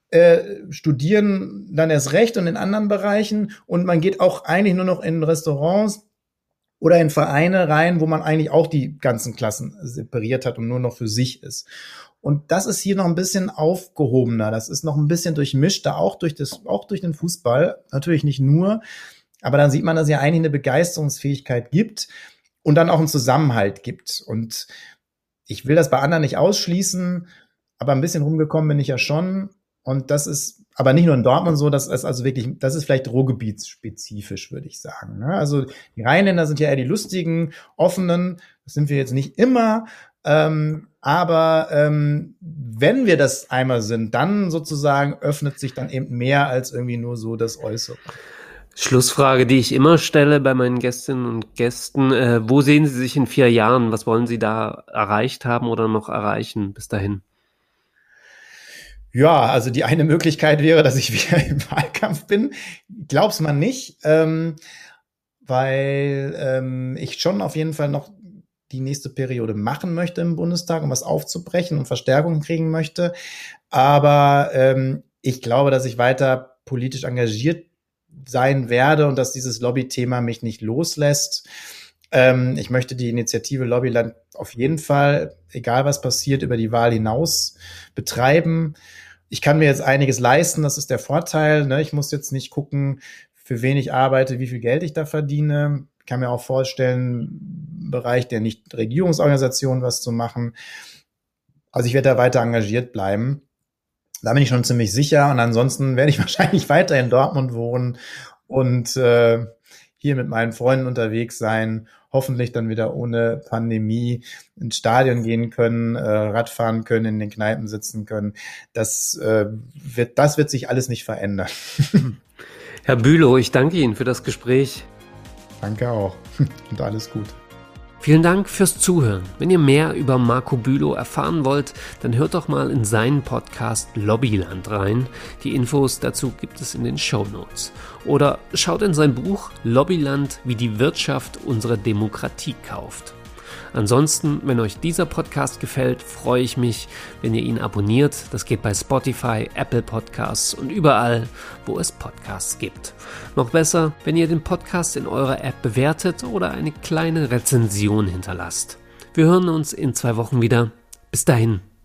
Äh, studieren dann erst recht und in anderen Bereichen und man geht auch eigentlich nur noch in Restaurants oder in Vereine rein, wo man eigentlich auch die ganzen Klassen separiert hat und nur noch für sich ist. Und das ist hier noch ein bisschen aufgehobener, das ist noch ein bisschen durchmischter, auch durch das, auch durch den Fußball, natürlich nicht nur, aber dann sieht man, dass es ja eigentlich eine Begeisterungsfähigkeit gibt und dann auch einen Zusammenhalt gibt. Und ich will das bei anderen nicht ausschließen, aber ein bisschen rumgekommen bin ich ja schon. Und das ist aber nicht nur in Dortmund so, das ist also wirklich, das ist vielleicht ruhrgebietsspezifisch, würde ich sagen. Also die Rheinländer sind ja eher die lustigen, offenen, das sind wir jetzt nicht immer, ähm, aber ähm, wenn wir das einmal sind, dann sozusagen öffnet sich dann eben mehr als irgendwie nur so das Äußere. Schlussfrage, die ich immer stelle bei meinen Gästinnen und Gästen, äh, wo sehen Sie sich in vier Jahren? Was wollen Sie da erreicht haben oder noch erreichen bis dahin? Ja, also die eine Möglichkeit wäre, dass ich wieder im Wahlkampf bin. Glaub's man nicht, ähm, weil ähm, ich schon auf jeden Fall noch die nächste Periode machen möchte im Bundestag, um was aufzubrechen und Verstärkung kriegen möchte. Aber ähm, ich glaube, dass ich weiter politisch engagiert sein werde und dass dieses Lobbythema mich nicht loslässt. Ähm, ich möchte die Initiative Lobbyland auf jeden Fall, egal was passiert, über die Wahl hinaus betreiben. Ich kann mir jetzt einiges leisten, das ist der Vorteil, ne? Ich muss jetzt nicht gucken, für wen ich arbeite, wie viel Geld ich da verdiene. Ich kann mir auch vorstellen, im Bereich der Nichtregierungsorganisationen was zu machen. Also ich werde da weiter engagiert bleiben. Da bin ich schon ziemlich sicher. Und ansonsten werde ich wahrscheinlich weiter in Dortmund wohnen und äh, hier mit meinen Freunden unterwegs sein, hoffentlich dann wieder ohne Pandemie ins Stadion gehen können, äh, Radfahren können, in den Kneipen sitzen können. Das äh, wird, das wird sich alles nicht verändern. Herr Bülow, ich danke Ihnen für das Gespräch. Danke auch und alles gut. Vielen Dank fürs Zuhören. Wenn ihr mehr über Marco Bülow erfahren wollt, dann hört doch mal in seinen Podcast Lobbyland rein. Die Infos dazu gibt es in den Shownotes. Oder schaut in sein Buch Lobbyland, wie die Wirtschaft unsere Demokratie kauft. Ansonsten, wenn euch dieser Podcast gefällt, freue ich mich, wenn ihr ihn abonniert. Das geht bei Spotify, Apple Podcasts und überall, wo es Podcasts gibt. Noch besser, wenn ihr den Podcast in eurer App bewertet oder eine kleine Rezension hinterlasst. Wir hören uns in zwei Wochen wieder. Bis dahin.